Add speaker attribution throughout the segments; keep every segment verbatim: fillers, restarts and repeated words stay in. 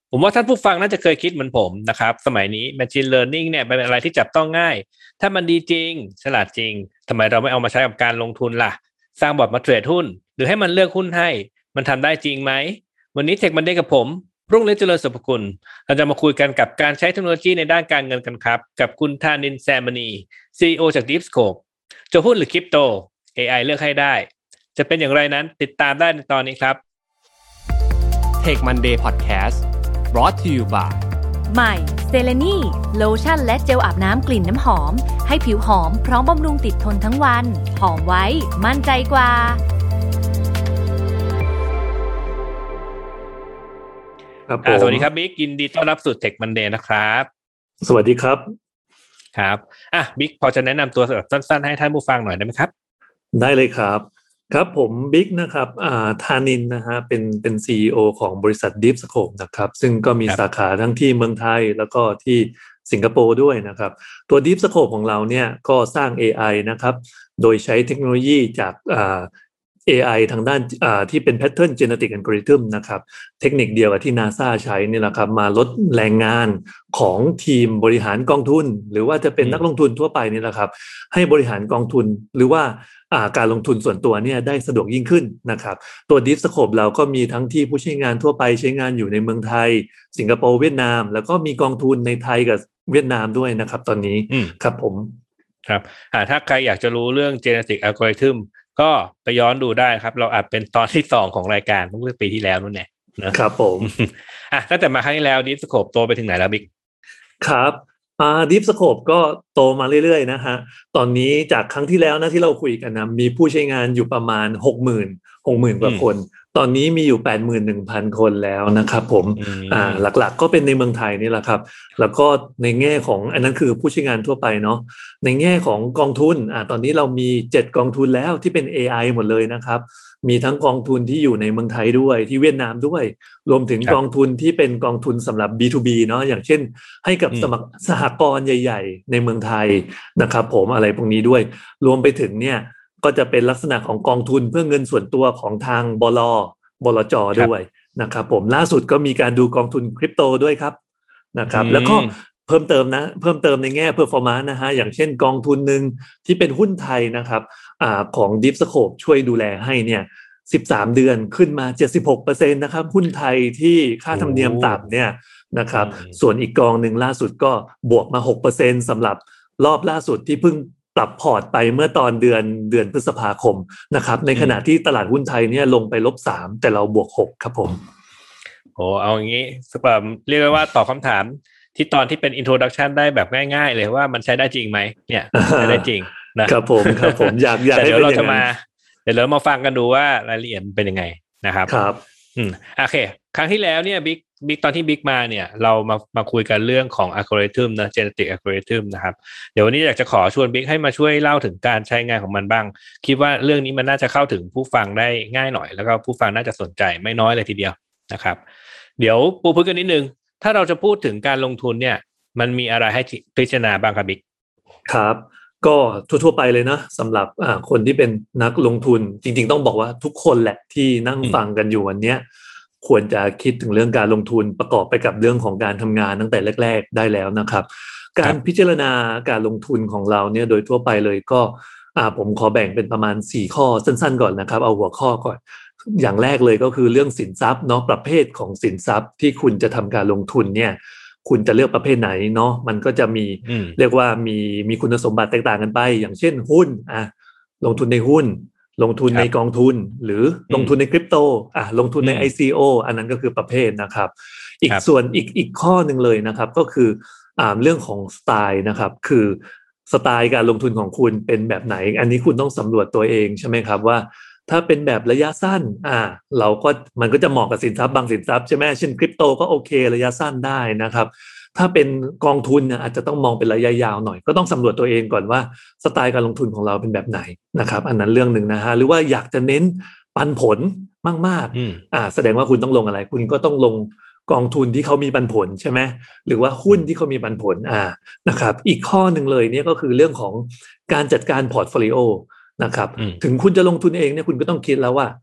Speaker 1: ผมว่าท่านผู้ฟังน่าจะเคยคิดเหมือนผมนะครับสมัยนี้ Machine Learning เนี่ยเป็นอะไรที่จับต้องง่ายถ้ามันดีจริงฉลาดจริงทำไมเราไม่เอามาใช้กับการลงทุนล่ะสร้างบอร์ดมาเทรดหุ้นหรือให้มันเลือกหุ้นให้มันทำได้จริงไหมวันนี้ Tech Monday กับผมรุ่งฤทธิ์เจริญสุภกุลเราจะมาคุยกันกับการใช้เทคโนโลยีในด้านการเงินกันครับกับคุณธานินทร์แซมมณี ซี อี โอ จาก Deepscope จะหุ้นหรือคริปโต เอ ไอ เลือกให้ได้จะเป็นอย่างไรนั้นติดตามได้ในตอนนี้ครับ
Speaker 2: Tech Monday Podcast brought to you by
Speaker 3: ใหม่เซเลนีโลชั่นและเจลอาบน้ำกลิ่นน้ำหอมให้ผิวหอมพร้อมบำรุงติดทนทั้งวันหอมไว้มั่นใจกว่า
Speaker 1: สวัสดีครับบิ๊กยินดีต้อนรับสู่ Tech Monday นะครับ
Speaker 4: สวัสดีครับ
Speaker 1: ครับอ่ะบิ๊กพอจะแนะนำตัวแบบสั้นๆให้ท่านผู้ฟังหน่อยได้ไหมครับ
Speaker 4: ได้เลยครับครับผมบิ๊กนะครับอ่าธานินนะฮะเป็นเป็น ซี อี โอ ของบริษัท Deepscope นะครับซึ่งก็มีสาขาทั้งที่เมืองไทยแล้วก็ที่สิงคโปร์ด้วยนะครับตัว Deepscope ของเราเนี่ยก็สร้าง เอ ไอ นะครับโดยใช้เทคโนโลยีจากอ่าเอ ไอ ทางด้านอ่าที่เป็น Pattern Genetic Algorithm นะครับเทคนิคเดียวกับที่ NASA ใช้นี่แหละครับมาลดแรงงานของทีมบริหารกองทุนหรือว่าจะเป็นนักลงทุนทั่วไปนี่แหละครับให้บริหารกองทุนหรือว่าการลงทุนส่วนตัวเนี่ยได้สะดวกยิ่งขึ้นนะครับตัว Deepscope เราก็มีทั้งที่ผู้ใช้งานทั่วไปใช้งานอยู่ในเมืองไทยสิงคโปร์เวียดนามแล้วก็มีกองทุนในไทยกับเวียดนามด้วยนะครับตอนนี้ครับผม
Speaker 1: ครับถ้าใครอยากจะรู้เรื่อง Genetic Algorithmก็ไปย้อนดูได้ครับเราอาจเป็นตอนที่สองของรายการเมื่อปีที่แล้วนู่นแหละ
Speaker 4: นะครับผม
Speaker 1: อ่ะตั้งแต่มาครั้งที่แล้ว Deepscope โตไปถึงไหนแล้วบิ๊ก
Speaker 4: ครับอ่า Deepscope ก็โตมาเรื่อยๆนะฮะตอนนี้จากครั้งที่แล้วนะที่เราคุยกันนะมีผู้ใช้งานอยู่ประมาณ หกหมื่น หกหมื่น กว่าคนตอนนี้มีอยู่ แปดหมื่นหนึ่งพัน คนแล้วนะครับผมอ่าหลักๆก็เป็นในเมืองไทยนี่แหละครับแล้วก็ในแง่ของอันนั้นคือผู้ใช้งานทั่วไปเนาะในแง่ของกองทุนอ่าตอนนี้เรามีเจ็ดกองทุนแล้วที่เป็น เอ ไอ หมดเลยนะครับมีทั้งกองทุนที่อยู่ในเมืองไทยด้วยที่เวียดนามด้วยรวมถึงกองทุนที่เป็นกองทุนสำหรับ บี ทู บี เนาะอย่างเช่นให้กับสมัครสหกรณ์ใหญ่ๆในเมืองไทยนะครับผมอะไรพวกนี้ด้วยรวมไปถึงเนี่ยก็จะเป็นลักษณะของกองทุนเพื่อเงินส่วนตัวของทางบล.บลจ.ด้วยนะครับผมล่าสุดก็มีการดูกองทุนคริปโตด้วยครับนะครับแล้วก็เพิ่มเติมนะเพิ่มเติมในแง่ performance นะฮะอย่างเช่นกองทุนนึงที่เป็นหุ้นไทยนะครับอ่าของ Deepscope ช่วยดูแลให้เนี่ยสิบสามเดือนขึ้นมา เจ็ดสิบหกเปอร์เซ็นต์ นะครับหุ้นไทยที่ค่าธรรมเนียมต่ำเนี่ยนะครับส่วนอีกกองนึงล่าสุดก็บวกมา หกเปอร์เซ็นต์ สำหรับรอบล่าสุดที่เพิ่งปรับพอร์ตไปเมื่อตอนเดือนเดือนพฤษภาคมนะครับในขณะที่ตลาดหุ้นไทยเนี่ยลงไปลบสามแต่เราบวกหกครับผม
Speaker 1: โอ้เอาอย่างงี้แบบเรียกว่าตอบคำถามที่ตอนที่เป็น introduction ได้แบบง่ายๆเลยว่ามันใช้ได้จริงไหมเนี่ยใช้ได้จริง
Speaker 4: นะครับผมครับผมอยากอยากให้
Speaker 1: เดี๋ยวเราจะมาเดี๋ยวเรามาฟังกันดูว่ารายละเอียดเป็นยังไงนะครับ
Speaker 4: ครับ
Speaker 1: อืมโอเคครั้งที่แล้วเนี่ยบิ๊กบิ๊กตอนที่บิ๊กมาเนี่ยเรามามาคุยกันเรื่องของ algorithm นะ genetic algorithm นะครับเดี๋ยววันนี้อยากจะขอชวนบิ๊กให้มาช่วยเล่าถึงการใช้งานของมันบ้างคิดว่าเรื่องนี้มันน่าจะเข้าถึงผู้ฟังได้ง่ายหน่อยแล้วก็ผู้ฟังน่าจะสนใจไม่น้อยเลยทีเดียวนะครับเดี๋ยวปูพื้นกันนิดนึงถ้าเราจะพูดถึงการลงทุนเนี่ยมันมีอะไรให้พิจารณาบ้างครับบิ๊ก
Speaker 4: ครับก็ทั่วๆไปเลยนะสำหรับคนที่เป็นนักลงทุนจริงๆต้องบอกว่าทุกคนแหละที่นั่งฟังกันอยู่วันนี้ควรจะคิดถึงเรื่องการลงทุนประกอบไปกับเรื่องของการทำงานตั้งแต่แรกๆได้แล้วนะครับการพิจารณาการลงทุนของเราเนี่ยโดยทั่วไปเลยก็ผมขอแบ่งเป็นประมาณสี่ข้อสั้นๆก่อนนะครับเอาหัวข้อก่อนอย่างแรกเลยก็คือเรื่องสินทรัพย์เนาะประเภทของสินทรัพย์ที่คุณจะทำการลงทุนเนี่ยคุณจะเลือกประเภทไหนเนาะมันก็จะมีเรียกว่ามีมีคุณสมบัติแตกต่างกันไปอย่างเช่นหุ้นอ่ะลงทุนในหุ้นลงทุนในกองทุนหรือลงทุนในคริปโตอ่ะลงทุนใน ไอ ซี โอ อันนั้นก็คือประเภทนะครับอีกส่วนอีกอีกข้อหนึ่งเลยนะครับก็คืออ่าเรื่องของสไตล์นะครับคือสไตล์การลงทุนของคุณเป็นแบบไหนอันนี้คุณต้องสำรวจตัวเองใช่ไหมครับว่าถ้าเป็นแบบระยะสั้นอ่าเราก็มันก็จะเหมาะกับสินทรัพย์บางสินทรัพย์ใช่ไหมเช่นคริปโตก็โอเคระยะสั้นได้นะครับถ้าเป็นกองทุนเนี่ยอาจจะต้องมองเป็นระยะยาวหน่อยก็ต้องสำรวจตัวเองก่อนว่าสไตล์การลงทุนของเราเป็นแบบไหนนะครับอันนั้นเรื่องหนึ่งนะฮะหรือว่าอยากจะเน้นปันผลมากๆอ่าแสดงว่าคุณต้องลงอะไรคุณก็ต้องลงกองทุนที่เขามีปันผลใช่ไหมหรือว่าหุ้นที่เขามีปันผลอ่านะครับอีกข้อหนึ่งเลยเนี่ยก็คือเรื่องของการจัดการพอร์ตโฟลิโอนะครับถึงคุณจะลงทุนเองเนี่ยคุณก็ต้องคิดแล้วว่า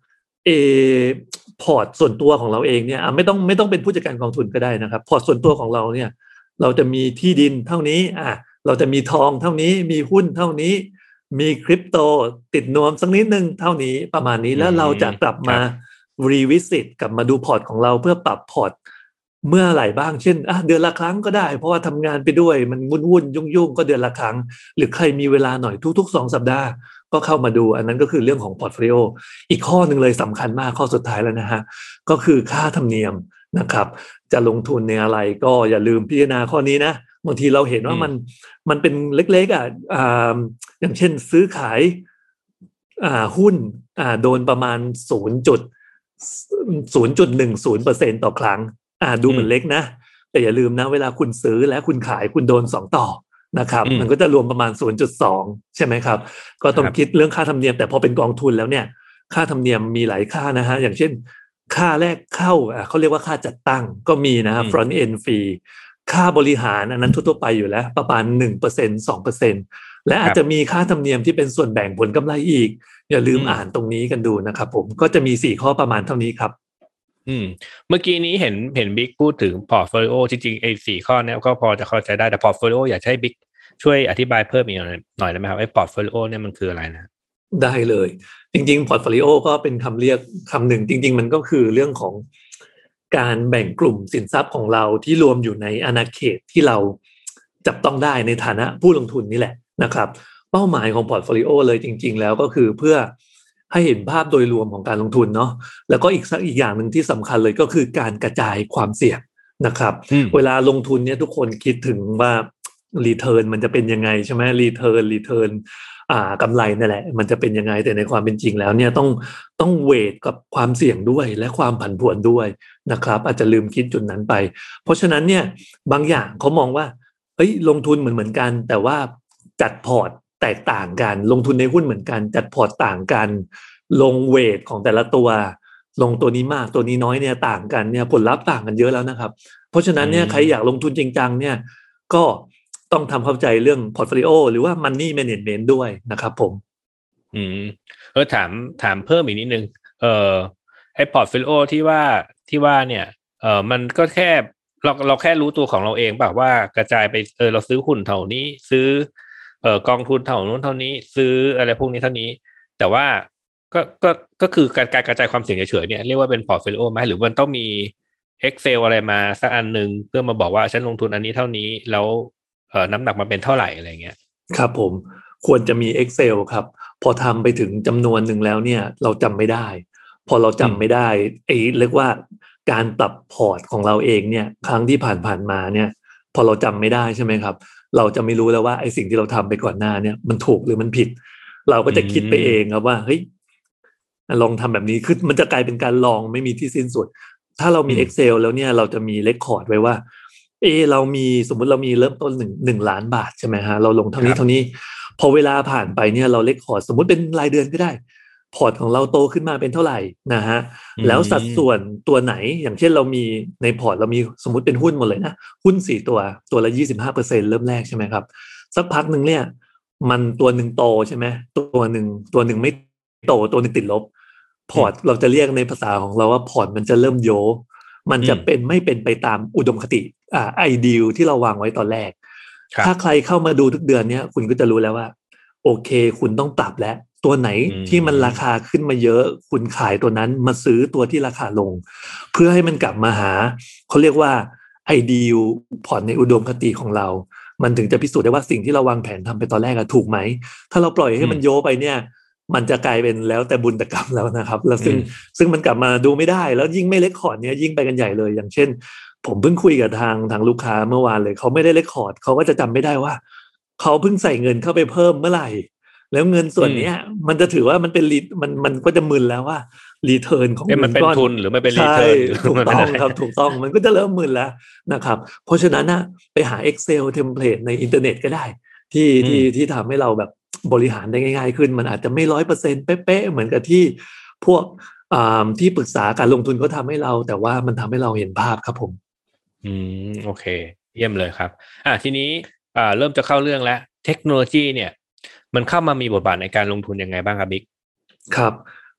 Speaker 4: เอพอร์ตส่วนตัวของเราเองเนี่ยไม่ต้องไม่ต้องเป็นผู้จัดการกองทุนก็ได้นะครับพอร์ตส่วนตัวของเราเนี่ยเราจะมีที่ดินเท่านี้อ่ะเราจะมีทองเท่านี้มีหุ้นเท่านี้มีคริปโตติดนวมสักนิดนึงเท่านี้ประมาณนี้แล้วเราจะกลับมารีวิสิตกลับมาดูพอร์ตของเราเพื่อปรับพอร์ตเมื่อไหร่บ้างเช่นอ่ะเดือนละครั้งก็ได้เพราะว่าทำงานไปด้วยมันวุ่นๆยุ่งๆก็เดือนละครั้งหรือใครมีเวลาหน่อยทุกๆสองสัปดาห์ก็เข้ามาดูอันนั้นก็คือเรื่องของพอร์ตโฟลิโออีกข้อหนึ่งเลยสำคัญมากข้อสุดท้ายแล้วนะฮะก็คือค่าธรรมเนียมนะครับจะลงทุนในอะไรก็อย่าลืมพิจารณาข้อนี้นะบางทีเราเห็นว่ามันมันเป็นเล็กๆอ่ะอ่าอย่างเช่นซื้อขายอ่าหุ้นอ่าโดนประมาณศูนย์จุดศูนย์จุดหนึ่งศูนย์เปอร์เซ็นต์ต่อครั้งอ่าดูเหมือนเล็กนะแต่อย่าลืมนะเวลาคุณซื้อและคุณขายคุณโดนสองต่อนะครับมันก็จะรวมประมาณ ศูนย์จุดสอง ใช่ไหมครับก็ต้องคิดเรื่องค่าธรรมเนียมแต่พอเป็นกองทุนแล้วเนี่ยค่าธรรมเนียมมีหลายค่านะฮะอย่างเช่นค่าแรกเข้าอ่าเขาเรียกว่าค่าจัดตั้งก็มีนะฮะ front end fee ค่าบริหารอันนั้นทั่วๆไปอยู่แล้วประมาณ หนึ่งเปอร์เซ็นต์ สองเปอร์เซ็นต์ และอาจจะมีค่าธรรมเนียมที่เป็นส่วนแบ่งผลกำไรอีกอย่าลืมอ่านตรงนี้กันดูนะครับผมก็จะมีสี่ข้อประมาณเท่านี้ครับ
Speaker 1: อืมเมื่อกี้นี้เห็นเห็นบิ๊กพูดถึงพอร์ตโฟลิโอจริงๆไอ้สี่ข้อนี้ก็พอจะเข้าใจได้แต่พอร์ตโฟลิโออยากให้บิ๊กช่วยอธิบายเพิ่มอีกหน่อยได้ไหมครับไอ้พอร์ตโฟลิโอเนี่ยมันคืออะไรนะ
Speaker 4: ได้เลยจริงๆพอร์ตโฟลิโอก็เป็นคำเรียกคำหนึ่งจริงๆมันก็คือเรื่องของการแบ่งกลุ่มสินทรัพย์ของเราที่รวมอยู่ในอาณาเขตที่เราจับต้องได้ในฐานะผู้ลงทุนนี่แหละนะครับเป้าหมายของพอร์ตโฟลิโอเลยจริงๆแล้วก็คือเพื่อให้เห็นภาพโดยรวมของการลงทุนเนาะแล้วก็อีกสักอีกอย่างหนึ่งที่สำคัญเลยก็คือการกระจายความเสี่ยงนะครับเวลาลงทุนเนี่ยทุกคนคิดถึงว่ารีเทิร์นมันจะเป็นยังไงใช่ไหมรีเทิร์นรีเทิร์นอ่ากำไรนั่นแหละมันจะเป็นยังไงแต่ในความเป็นจริงแล้วเนี่ยต้องต้องเวทกับความเสี่ยงด้วยและความผันผวนด้วยนะครับอาจจะลืมคิดจุดนั้นไปเพราะฉะนั้นเนี่ยบางอย่างเขามองว่าเฮ้ยลงทุนเหมือนเหมือนกันแต่ว่าจัดพอร์ตแตกต่างกันลงทุนในหุ้นเหมือนกันจัดพอร์ตต่างกันลงเวทของแต่ละตัวลงตัวนี้มากตัวนี้น้อยเนี่ยต่างกันเนี่ยผลลัพธ์ต่างกันเยอะแล้วนะครับเพราะฉะนั้นเนี่ยใครอยากลงทุนจริงจังเนี่ยก็ต้องทำเข้าใจเรื่องพอร์ตโฟลิโอหรือว่า money management ด้วยนะครับผม
Speaker 1: อืมเออถามถามเพิ่มอีกนิดนึงเอ่อไอ้พอร์ตโฟลิโอที่ว่าที่ว่าเนี่ยเอ่อมันก็แค่เราเราแค่รู้ตัวของเราเองแบบว่ากระจายไปเออเราซื้อหุ้นเท่านี้ซื้อเอ่อกองทุนเท่านู้นเท่านี้ซื้ออะไรพวกนี้เท่านี้แต่ว่าก็ก็ก็คือการการกระจายความเสี่ยงเฉยๆเนี่ยเรียกว่าเป็นพอร์ตโฟลิโอไหมหรือมันต้องมี Excel อะไรมาสักอันนึงเพื่อมาบอกว่าฉันลงทุนอันนี้เท่านี้แล้วเอ่อน้ำหนักมันเป็นเท่าไหร่อะไรเงี้ย
Speaker 4: ครับผมควรจะมี Excel ครับพอทำไปถึงจำนวนหนึ่งแล้วเนี่ยเราจำไม่ได้พอเราจำไม่ได้ไอ้เรียกว่าการปรับพอร์ตของเราเองเนี่ยครั้งที่ผ่านๆมาเนี่ยพอเราจำไม่ได้ใช่ไหมครับเราจะไม่รู้แล้วว่าไอ้สิ่งที่เราทำไปก่อนหน้าเนี่ยมันถูกหรือมันผิดเราก็จะคิดไปเองครับว่าเฮ้ยลองทำแบบนี้คือมันจะกลายเป็นการลองไม่มีที่สิ้นสุดถ้าเรามี Excel แล้วเนี่ยเราจะมีเรคคอร์ดไว้ว่าเอเรามีสมมุติเรามีเริ่มต้นหนึ่งหนึ่งล้านบาทใช่ไหมฮะเราลงเท่านี้เท่านี้พอเวลาผ่านไปเนี่ยเราเรคคอร์ดสมมุติเป็นรายเดือนก็ได้พอร์ตของเราโตขึ้นมาเป็นเท่าไหร่นะฮะแล้วสัดส่วนตัวไหนอย่างเช่นเรามีในพอร์ตเรามีสมมุติเป็นหุ้นหมดเลยนะหุ้นสี่ตัวตัวละ ยี่สิบห้าเปอร์เซ็นต์ เริ่มแรกใช่ไหมครับสักพักนึงเนี่ยมันตัวหนึ่งโตใช่ไหมตัวหนึ่งตัวหนึ่งไม่โตตัวหนึ่งติดลบพอร์ตเราจะเรียกในภาษาของเราว่าพอร์ตมันจะเริ่มโยมันจะเป็นไม่เป็นไปตามอุดมคติอ่าไอเดียที่เราวางไว้ตอนแรกถ้าใครเข้ามาดูทุกเดือนเนี้ยคุณก็จะรู้แล้วว่าโอเคคุณต้องปรับแล้วตัวไหนที่มันราคาขึ้นมาเยอะคุณขายตัวนั้นมาซื้อตัวที่ราคาลงเพื่อให้มันกลับมาหาเขาเรียกว่าไอเดียพอร์ตในอุดมคติของเรามันถึงจะพิสูจน์ได้ว่าสิ่งที่เราวางแผนทำไปตอนแรกอะถูกไหมถ้าเราปล่อยให้มันโยไปเนี่ยมันจะกลายเป็นแล้วแต่บุญแต่กรรมแล้วนะครับแล้วซึ่งซึ่งมันกลับมาดูไม่ได้แล้วยิ่งไม่เรคคอร์ดเนี้ยยิ่งไปกันใหญ่เลยอย่างเช่นผมเพิ่งคุยกับทางทางลูกค้าเมื่อวานเลยเขาไม่ได้เรคคอร์ดเขาก็จะจำไม่ได้ว่าเขาเพิ่งใส่เงินเข้าไปเพิ่มเมื่อไหร่แล้วเงินส่วนนี้มันจะถือว่ามันเป็นรีมันมันก็จะมึนแล้วว่ารีเทิร์นของ
Speaker 1: มันเป็นทุนหรือไม่เป็นรีเทิร์น
Speaker 4: ถูกต้องครับถูกต้องมันก็จะเริ่มมึนแล้วนะครับเพราะฉะนั้นนะไปหา Excel template ในอินเทอร์เน็ตก็ได้ที่ที่ที่ทำให้เราแบบบริหารได้ง่ายๆขึ้นมันอาจจะไม่ร้อยเปอร์เซ็นต์เป๊ะๆเหมือนกับที่พวกที่ปรึกษาการลงทุนเขาทำให้เราแต่ว่ามันทำให้เราเห็นภาพครับผม
Speaker 1: อืมโอเคเยี่ยมเลยครับอ่ะทีนี้อ่าเริ่มจะเข้าเรื่องแล้วเทคโนโลยีเนี่ยมันเข้ามามีบทบาทในการลงทุนยังไงบ้างครับบิ๊ก
Speaker 4: ครับ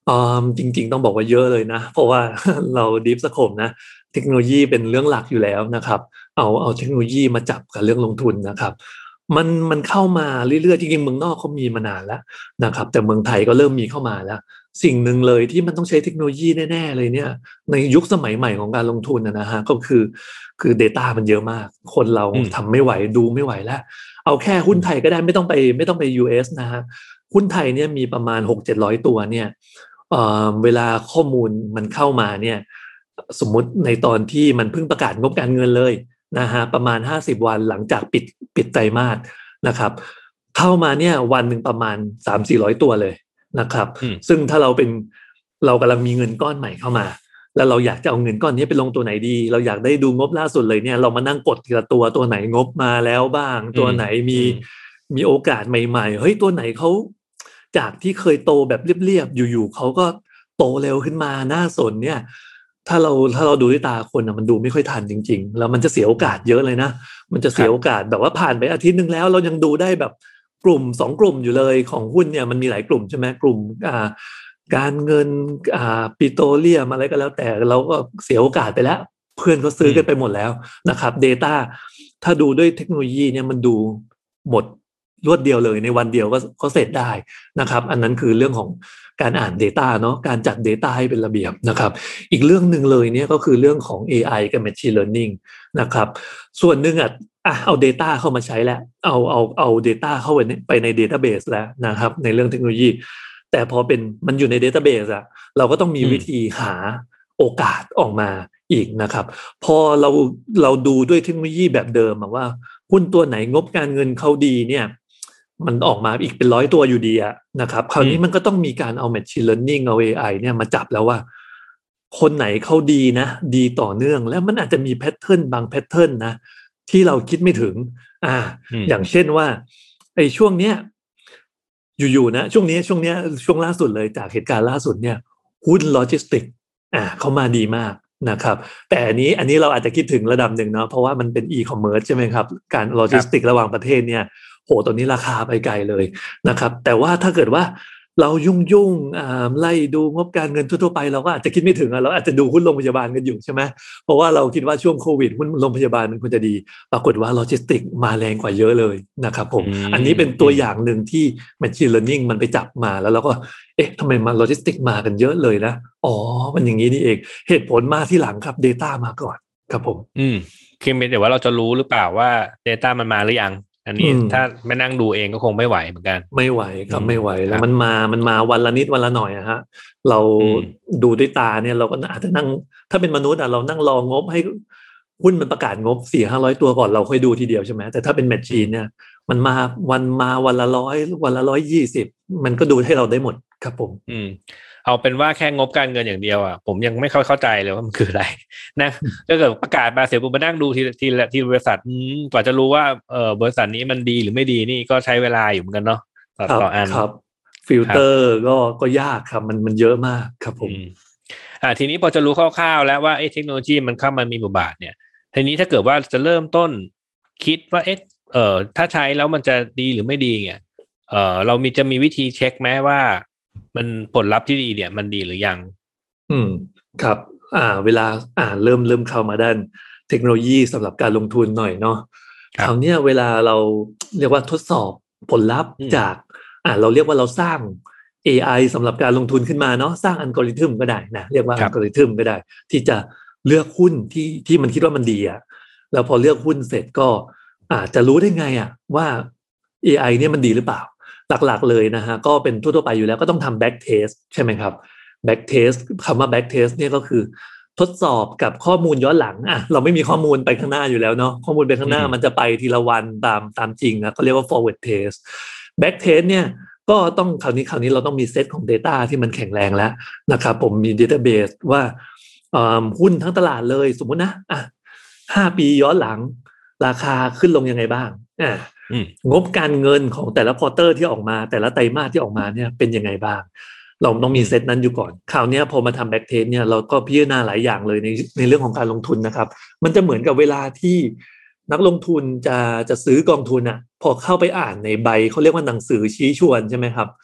Speaker 4: อ่าจริงๆต้องบอกว่าเยอะเลยนะเพราะว่า เรา Deep Scope นะเทคโนโลยีเป็นเรื่องหลักอยู่แล้วนะครับเอาเอาเทคโนโลยีมาจับกับเรื่องลงทุนนะครับมันมันเข้ามาเรื่อยๆจริงๆเมืองนอกเขามีมานานแล้วนะครับแต่เมืองไทยก็เริ่มมีเข้ามาแล้วสิ่งหนึ่งเลยที่มันต้องใช้เทคโนโลยีแน่ๆเลยเนี่ยในยุคสมัยใหม่ของการลงทุนนะฮะก็คือคือ data มันเยอะมากคนเราทำไม่ไหวดูไม่ไหวแล้วเอาแค่หุ้นไทยก็ได้ไม่ต้องไปไม่ต้องไป ยู เอส นะฮะหุ้นไทยเนี่ยมีประมาณ หกถึงเจ็ดร้อย ตัวเนี่ยเอ่อเวลาข้อมูลมันเข้ามาเนี่ยสมมุติในตอนที่มันเพิ่งประกาศงบการเงินเลยนะฮะประมาณห้าสิบวันหลังจากปิดปิดไตรมาสนะครับเข้ามาเนี่ยวันหนึ่งประมาณ สามถึงสี่ร้อย ตัวเลยนะครับซึ่งถ้าเราเป็นเรากำลังมีเงินก้อนใหม่เข้ามาแล้วเราอยากจะเอาเงินก้อนนี้ไปลงตัวไหนดีเราอยากได้ดูงบล่าสุดเลยเนี่ยเรามานั่งกดทีละตัวตัวไหนงบมาแล้วบ้างตัวไหนมีมีโอกาสใหม่ๆเฮ้ยตัวไหนเขาจากที่เคยโตแบบเรียบๆอยู่ๆเขาก็โตเร็วขึ้นมาน่าสนเนี่ยถ้าเราถ้าเราดูด้วยตาคนนะมันดูไม่ค่อยทันจริงๆแล้วมันจะเสียโอกาสเยอะเลยนะมันจะเสียโอกาสแบบว่าผ่านไปอาทิตย์นึงแล้วเรายังดูได้แบบกลุ่มสองกลุ่มอยู่เลยของหุ้นเนี่ยมันมีหลายกลุ่มใช่ไหมกลุ่มอ่าการเงินอ่าปิโตรเลียมอะไรก็แล้วแต่เราก็เสียโอกาสไปแล้วเพื่อนเขาซื้อกันไปหมดแล้วนะครับ data ถ้าดูด้วยเทคโนโลยีเนี่ยมันดูหมดรวดเดียวเลยในวันเดียวก็ก็เสร็จได้นะครับอันนั้นคือเรื่องของการอ่าน data เนาะการจัด data ให้เป็นระเบียบนะครับอีกเรื่องหนึ่งเลยเนี่ยก็คือเรื่องของ เอ ไอ กับ Machine Learning นะครับส่วนหนึ่งอ่ะอ่ะเอา data เข้ามาใช้แล้วเอาเอาเอา data เข้าไปในไปใน database แล้วนะครับในเรื่องเทคโนโลยีแต่พอเป็นมันอยู่ใน database อ่ะเราก็ต้องมีวิธีหาโอกาสออกมาอีกนะครับพอเราเราดูด้วยเทคโนโลยีแบบเดิมว่าหุ้นตัวไหนงบการเงินเขาดีเนี่ยมันออกมาอีกเป็นร้อยตัวอยู่ดีอะนะครับคราวนี้มันก็ต้องมีการเอา machine learning เอา เอ ไอ เนี่ยมาจับแล้วว่าคนไหนเขาดีนะดีต่อเนื่องแล้วมันอาจจะมีแพทเทิร์นบางแพทเทิร์นนะที่เราคิดไม่ถึงอ่าอย่างเช่นว่าไอ้ช่วงเนี้ยอยู่ๆนะช่วงนี้ช่วงเนี้ยช่วงล่าสุดเลยจากเหตุการณ์ล่าสุดเนี่ยหุ้นโลจิสติกอ่าเขามาดีมากนะครับแต่อันนี้อันนี้เราอาจจะคิดถึงระดับหนึ่งเนาะเพราะว่ามันเป็นอีคอมเมิร์ซใช่ไหมครับการโลจิสติกระหว่างประเทศเนี่ยโหตอนนี้ราคาไปไกลเลยนะครับแต่ว่าถ้าเกิดว่าเรายุ่งยุ่งอ่าไล่ดูงบการเงินทั่วๆไปเราก็อาจจะคิดไม่ถึงอ่ะเราอาจจะดูหุ้นโรงพยาบาลกันอยู่ใช่ไหมเพราะว่าเราคิดว่าช่วงโควิดหุ้นโรงพยาบาลมันควรจะดีปรากฏว่าโลจิสติกมาแรงกว่าเยอะเลยนะครับผมอันนี้เป็นตัวอย่างหนึ่งที่ Machine Learning มันไปจับมาแล้วเราก็เอ๊ะทำไมมาโลจิสติกมากันเยอะเลยนะอ๋อมันอย่างนี้นี่เองเหตุผลมาที่หลังครับ data มาก่อนครับผม
Speaker 1: อืมคือเดี๋ยวว่าเราจะรู้หรือเปล่าว่า data มันมาหรือยังอันนี้ถ้าไม่นั่งดูเองก็คงไม่ไหวเหมือนกัน
Speaker 4: ไม่ไหวครับไม่ไหวแล้วมันมามันมาวันละนิดวันละหน่อยอะฮะเราดูด้วยตาเนี่ยเราก็อาจจะนั่งถ้าเป็นมนุษย์อะเรานั่งรองบให้หุ้นมันประกาศงบ สี่ถึงห้าร้อย ตัวก่อนเราค่อยดูทีเดียวใช่ไหมแต่ถ้าเป็นแมชชีนเนี่ยมันมาวันมาวันละร้อยวันละร้อยยี่สิบมันก็ดูให้เราได้หมดครับผม
Speaker 1: อืมเอาเป็นว่าแค่งบการเงินอย่างเดียวอ่ะผมยังไม่ค่อยเข้าใจเลยว่ามันคืออะไรนะถ้าเกิดประกาศมาเสร็จปุ๊บมานั่งดูทีทีละทีบริษัทกว่าจะรู้ว่าเออบริษัทนี้มันดีหรือไม่ดีนี่ก็ใช้เวลาอยู่เหมือนกันเนาะต่ออัน
Speaker 4: ครับฟิลเตอร์ก็ก็ยากครับมันมันเยอะมากครับผม
Speaker 1: อ่าทีนี้พอจะรู้คร่าวๆแล้วว่าไอ้เทคโนโลยีมันเข้ามามีบทบาทเนี่ยทีนี้ถ้าเกิดว่าจะเริ่มต้นคิดว่าเอ๊ะเอ่อถ้าใช้แล้วมันจะดีหรือไม่ดีเนี่ยเอ่อเรามีจะมีวิธีเช็คไหมว่ามันผลลัพธ์ที่ดีเนี่ยมันดีหรือยัง
Speaker 4: อืมครับอ่าเวลาอ่าเริ่มเริ่มเข้ามาด้านเทคโนโลยีสำหรับการลงทุนหน่อยเนาะคราวนี้เวลาเราเรียกว่าทดสอบผลลัพธ์จากอ่าเราเรียกว่าเราสร้าง เอ ไอ สำหรับการลงทุนขึ้นมาเนาะสร้างอัลกอริทึมก็ได้นะเรียกว่าอัลกอริทึมก็ได้ที่จะเลือกหุ้นที่ที่มันคิดว่ามันดีอ่ะแล้วพอเลือกหุ้นเสร็จก็อาจจะรู้ได้ไงอ่ะว่า เอ ไอ เนี่ยมันดีหรือเปล่าหลักๆเลยนะฮะก็เป็นทั่วๆไปอยู่แล้วก็ต้องทำ back test ใช่ไหมครับ back test คำว่า back test เนี่ยก็คือทดสอบกับข้อมูลย้อนหลังอ่ะเราไม่มีข้อมูลไปข้างหน้าอยู่แล้วเนาะข้อมูลไปข้างหน้ามันจะไปทีละวันตามตามจริงนะก็เรียกว่า forward test back test เนี่ยก็ต้องคราวนี้คราวนี้เราต้องมีเซตของ data ที่มันแข็งแรงแล้วนะครับผมมี database ว่าหุ้นทั้งตลาดเลยสมมุตินะอ่ะห้าปีย้อนหลังราคาขึ้นลงยังไงบ้างอ่างบการเงินของแต่ละควอเตอร์ที่ออกมาแต่ละไตรมาสที่ออกมาเนี่ยเป็นยังไงบ้างเราต้องมีเซตนั้นอยู่ก่อนคราวนี้พอมาทำแบ็กเทสเนี่ยเราก็พิจารณาหลายอย่างเลยในในเรื่องของการลงทุนนะครับมันจะเหมือนกับเวลาที่นักลงทุนจะจะซื้อกองทุนอ่ะพอเข้าไปอ่านในใบเขาเรียกว่าหนังสือชี้ชวนใช่ไหมครับ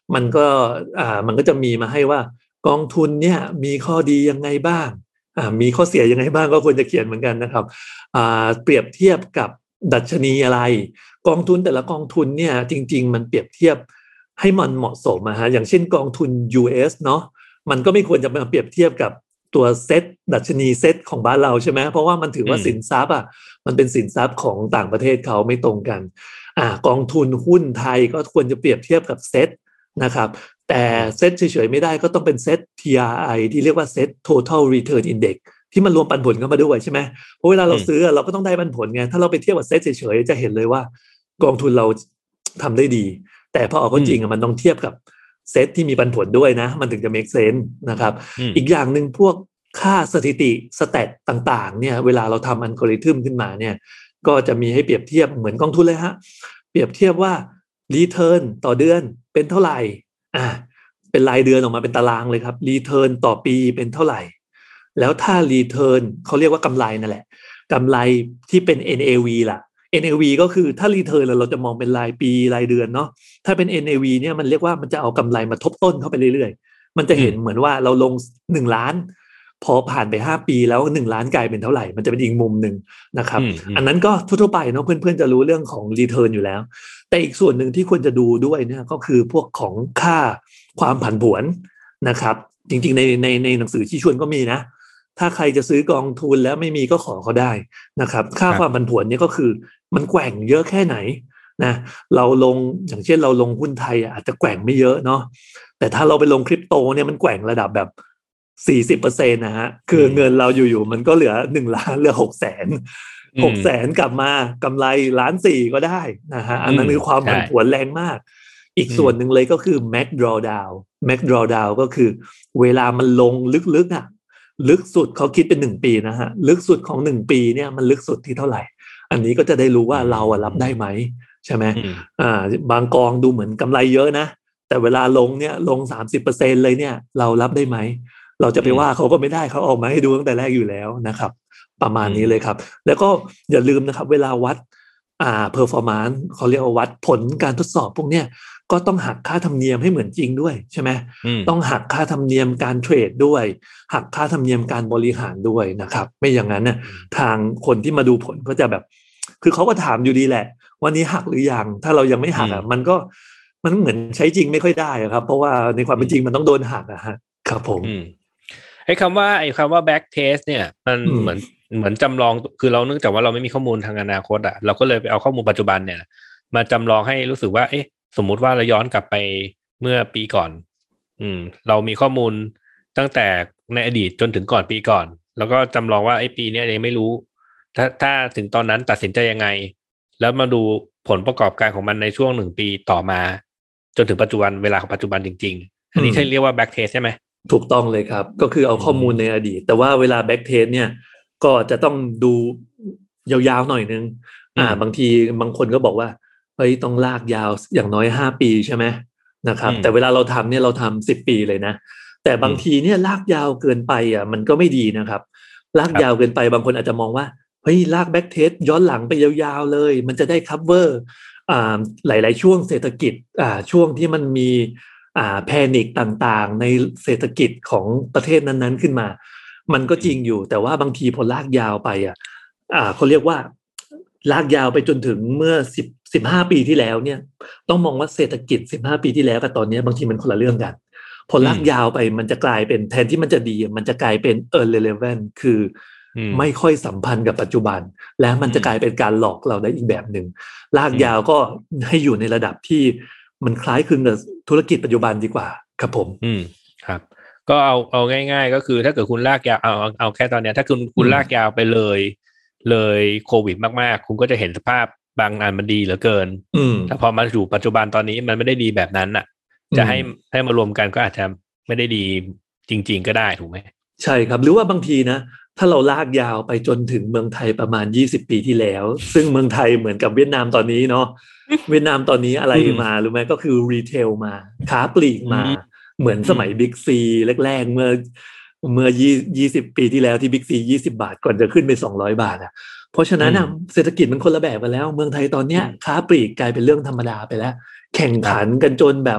Speaker 4: มันก็อ่ามันก็จะมีมาให้ว่ากองทุนเนี่ยมีข้อดียังไงบ้างอ่ามีข้อเสียยังไงบ้างก็ควรจะเขียนเหมือนกันนะครับอ่าเปรียบเทียบกับดัชนีอะไรกองทุนแต่ละกองทุนเนี่ยจริงๆมันเปรียบเทียบให้มันเหมาะสมอะฮะอย่างเช่นกองทุน ยู เอส เนาะมันก็ไม่ควรจะมาเปรียบเทียบกับตัวเซตดัชนีเซตของบ้านเราใช่ไหมเพราะว่ามันถือว่าสินทรัพย์อ่ะมันเป็นสินทรัพย์ของต่างประเทศเขาไม่ตรงกันอ่ากองทุนหุ้นไทยก็ควรจะเปรียบเทียบกับเซตนะครับแต่เซตเฉยๆไม่ได้ก็ต้องเป็นเซต ที อาร์ ไอ ที่เรียกว่าเซต Total Return Index ที่มันรวมปันผลเข้ามาด้วยใช่ไหมเพราะเวลาเราซื้อเราก็ต้องได้ปันผลไงถ้าเราไปเทียบกับเซตเฉยๆจะเห็นเลยว่ากองทุนเราทำได้ดีแต่พอเอาเข้าจริงมันต้องเทียบกับเซตที่มีปันผลด้วยนะมันถึงจะ make sense นะครับอีกอย่างหนึ่งพวกค่าสถิติสแตทต่างๆเนี่ยเวลาเราทำอัลกอริทึมขึ้นมาเนี่ยก็จะมีให้เปรียบเทียบเหมือนกองทุนเลยฮะเปรียบเทียบว่า return ต่อเดือนเป็นเท่าไหร่อ่าเป็นรายเดือนออกมาเป็นตารางเลยครับ return ต่อปีเป็นเท่าไหร่แล้วถ้า return เขาเรียกว่ากำไรนั่นแหละกำไรที่เป็น เอ็น เอ วี ล่ะ เอ็น เอ วี ก็คือถ้า return เราจะมองเป็นรายปีรายเดือนเนาะถ้าเป็น เอ็น เอ วี เนี่ยมันเรียกว่ามันจะเอากำไรมาทบต้นเข้าไปเรื่อยๆมันจะเห็นเหมือนว่าเราลงหนึ่งล้านพอผ่านไปห้าปีแล้วหนึ่งล้านกลายเป็นเท่าไหร่มันจะเป็นอีกมุมหนึ่งนะครับ อ, อันนั้นก็ทั่วๆไปเนาะเพื่อนๆจะรู้เรื่องของ return อยู่แล้วแต่อีกส่วนหนึ่งที่ควรจะดูด้วยเนี่ยก็คือพวกของค่าความผันผวนนะครับจริงๆในในในหนังสือชี้ชวนก็มีนะถ้าใครจะซื้อกองทุนแล้วไม่มีก็ขอเขาได้นะครับค่าความผันผวนเนี่ยก็คือมันแกว่งเยอะแค่ไหนนะเราลงอย่างเช่นเราลงหุ้นไทยอาจจะแกว่งไม่เยอะเนาะแต่ถ้าเราไปลงคริปโตเนี่ยมันแกว่งระดับแบบสี่สิบเปอร์เซ็นต์นะฮะคือเงินเราอยู่ๆมันก็เหลือหนึ่งล้านเหลือหกแสนหกแสนกลับมากำไรล้านสี่ก็ได้นะฮะอันนั้นคือความผันผวนแรงมากอีกส่วนหนึ่งเลยก็คือ Max Drawdown Max Drawdown ก็คือเวลามันลงลึกๆอ่ะลึกสุดเขาคิดเป็นหนึ่งปีนะฮะลึกสุดของหนึ่งปีเนี่ยมันลึกสุดที่เท่าไหร่อันนี้ก็จะได้รู้ว่าเรารับได้ไหมใช่ไหมอ่าบางกองดูเหมือนกำไรเยอะนะแต่เวลาลงเนี่ยลง สามสิบเปอร์เซ็นต์ เลยเนี่ยเรารับได้ไหมเราจะไปว่าเขาก็ไม่ได้เขาออกมาให้ดูตั้งแต่แรกอยู่แล้วนะครับประมาณนี้เลยครับแล้วก็อย่าลืมนะครับเวลาวัดอ่า performance เขาเรียกว่าวัดผลการทดสอบพวกเนี้ยก็ต้องหักค่าธรรมเนียมให้เหมือนจริงด้วยใช่ไหมต้องหักค่าธรรมเนียมการเทรดด้วยหักค่าธรรมเนียมการบริหารด้วยนะครับไม่อย่างนั้นเนี่ยทางคนที่มาดูผลก็จะแบบคือเขาก็ถามอยู่ดีแหละวันนี้หักหรือยังถ้าเรายังไม่หักอ่ะมันก็มันเหมือนใช้จริงไม่ค่อยได้ครับเพราะว่าในความเป็นจริงมันต้องโดนหักอะฮะครับผม
Speaker 1: ไอ้คำว่าไอ้คำว่า back test เนี่ยมันเหมือนเหมือนจำลองคือเราเนื่องจากว่าเราไม่มีข้อมูลทางอนาคตอ่ะเราก็เลยไปเอาข้อมูลปัจจุบันเนี่ยมาจำลองให้รู้สึกว่าเอ๊ะสมมุติว่าเราย้อนกลับไปเมื่อปีก่อนอืมเรามีข้อมูลตั้งแต่ในอดีตจนถึงก่อนปีก่อนแล้วก็จำลองว่าไอ้ปีนี้ยังไม่รู้ถ้าถ้าถึงตอนนั้นตัดสินใจยังไงแล้วมาดูผลประกอบการของมันในช่วงหนึ่งปีต่อมาจนถึงปัจจุบันเวลาของปัจจุบันจริงๆอันนี้ใช่เรียกว่า back test ใช่ไหม
Speaker 4: ถูกต้องเลยครับก็คือเอาข้อมูลในอดีตแต่ว่าเวลา back test เนี่ยก็จะต้องดูยาวๆหน่อยนึงอ่าบางทีบางคนก็บอกว่าเฮ้ยต้องลากยาวอย่างน้อยห้าปีใช่ไหมนะครับแต่เวลาเราทำเนี่ยเราทำสิบปีเลยนะแต่บางทีเนี่ยลากยาวเกินไปอ่ะมันก็ไม่ดีนะครับลากยาวเกินไปบางคนอาจจะมองว่าเฮ้ยลาก back test ย้อนหลังไปยาวๆเลยมันจะได้ cover อ่าหลายๆช่วงเศรษฐกิจอ่าช่วงที่มันมีอ่าแพนิคต่างๆในเศรษฐกิจของประเทศนั้นๆขึ้นมามันก็จริงอยู่แต่ว่าบางทีพอลากยาวไปอ่ะอ่าเขาเรียกว่าลากยาวไปจนถึงเมื่อสิบ สิบห้าปีที่แล้วเนี่ยต้องมองว่าเศรษฐกิจสิบห้าปีที่แล้วกับตอนนี้บางทีมันคนละเรื่องกันพอลากยาวไปมันจะกลายเป็นแทนที่มันจะดีมันจะกลายเป็น irrelevant คือไม่ค่อยสัมพันธ์กับปัจจุบันและมันจะกลายเป็นการหลอกเราได้อีกแบบหนึ่งลากยาวก็ให้อยู่ในระดับที่มันคล้ายคลึงกับธุรกิจปัจจุบันดีกว่าครับผม
Speaker 1: อืมครับก็เอาเอาง่ายๆก็คือถ้าเกิดคุณลากยาวเอาเอาเอาแค่ตอนนี้ถ้าคุณคุณลากยาวไปเลยเลยโควิดมากๆคุณก็จะเห็นสภาพบางอันมันดีเหลือเกินถ้าพอมาอยู่ปัจจุบันตอนนี้มันไม่ได้ดีแบบนั้นน่ะจะให้ให้มารวมกันก็อาจจะไม่ได้ดีจริงๆก็ได้ถูกไหม
Speaker 4: ใช่ครับหรือว่าบางทีนะถ้าเราลากยาวไปจนถึงเมืองไทยประมาณยี่สิบปีที่แล้วซึ่งเมืองไทยเหมือนกับเวียดนามตอนนี้เนาะเวียดนามตอนนี้อะไรมารู้ไหมก็คือรีเทลมาค้าปลีกมาเหมือนสมัยบิ๊กซีแรกๆเมื่อเมื่อยี่สิบปีที่แล้วที่บิ๊กซียี่สิบบาทก่อนจะขึ้นไปสองร้อยบาทอ่ะเพราะฉะนั้นอ่ะเศรษฐกิจมันคนละแบบกันแล้วเมืองไทยตอนเนี้ยค้าปลีกกลายเป็นเรื่องธรรมดาไปแล้วแข่งขันกันจนแบบ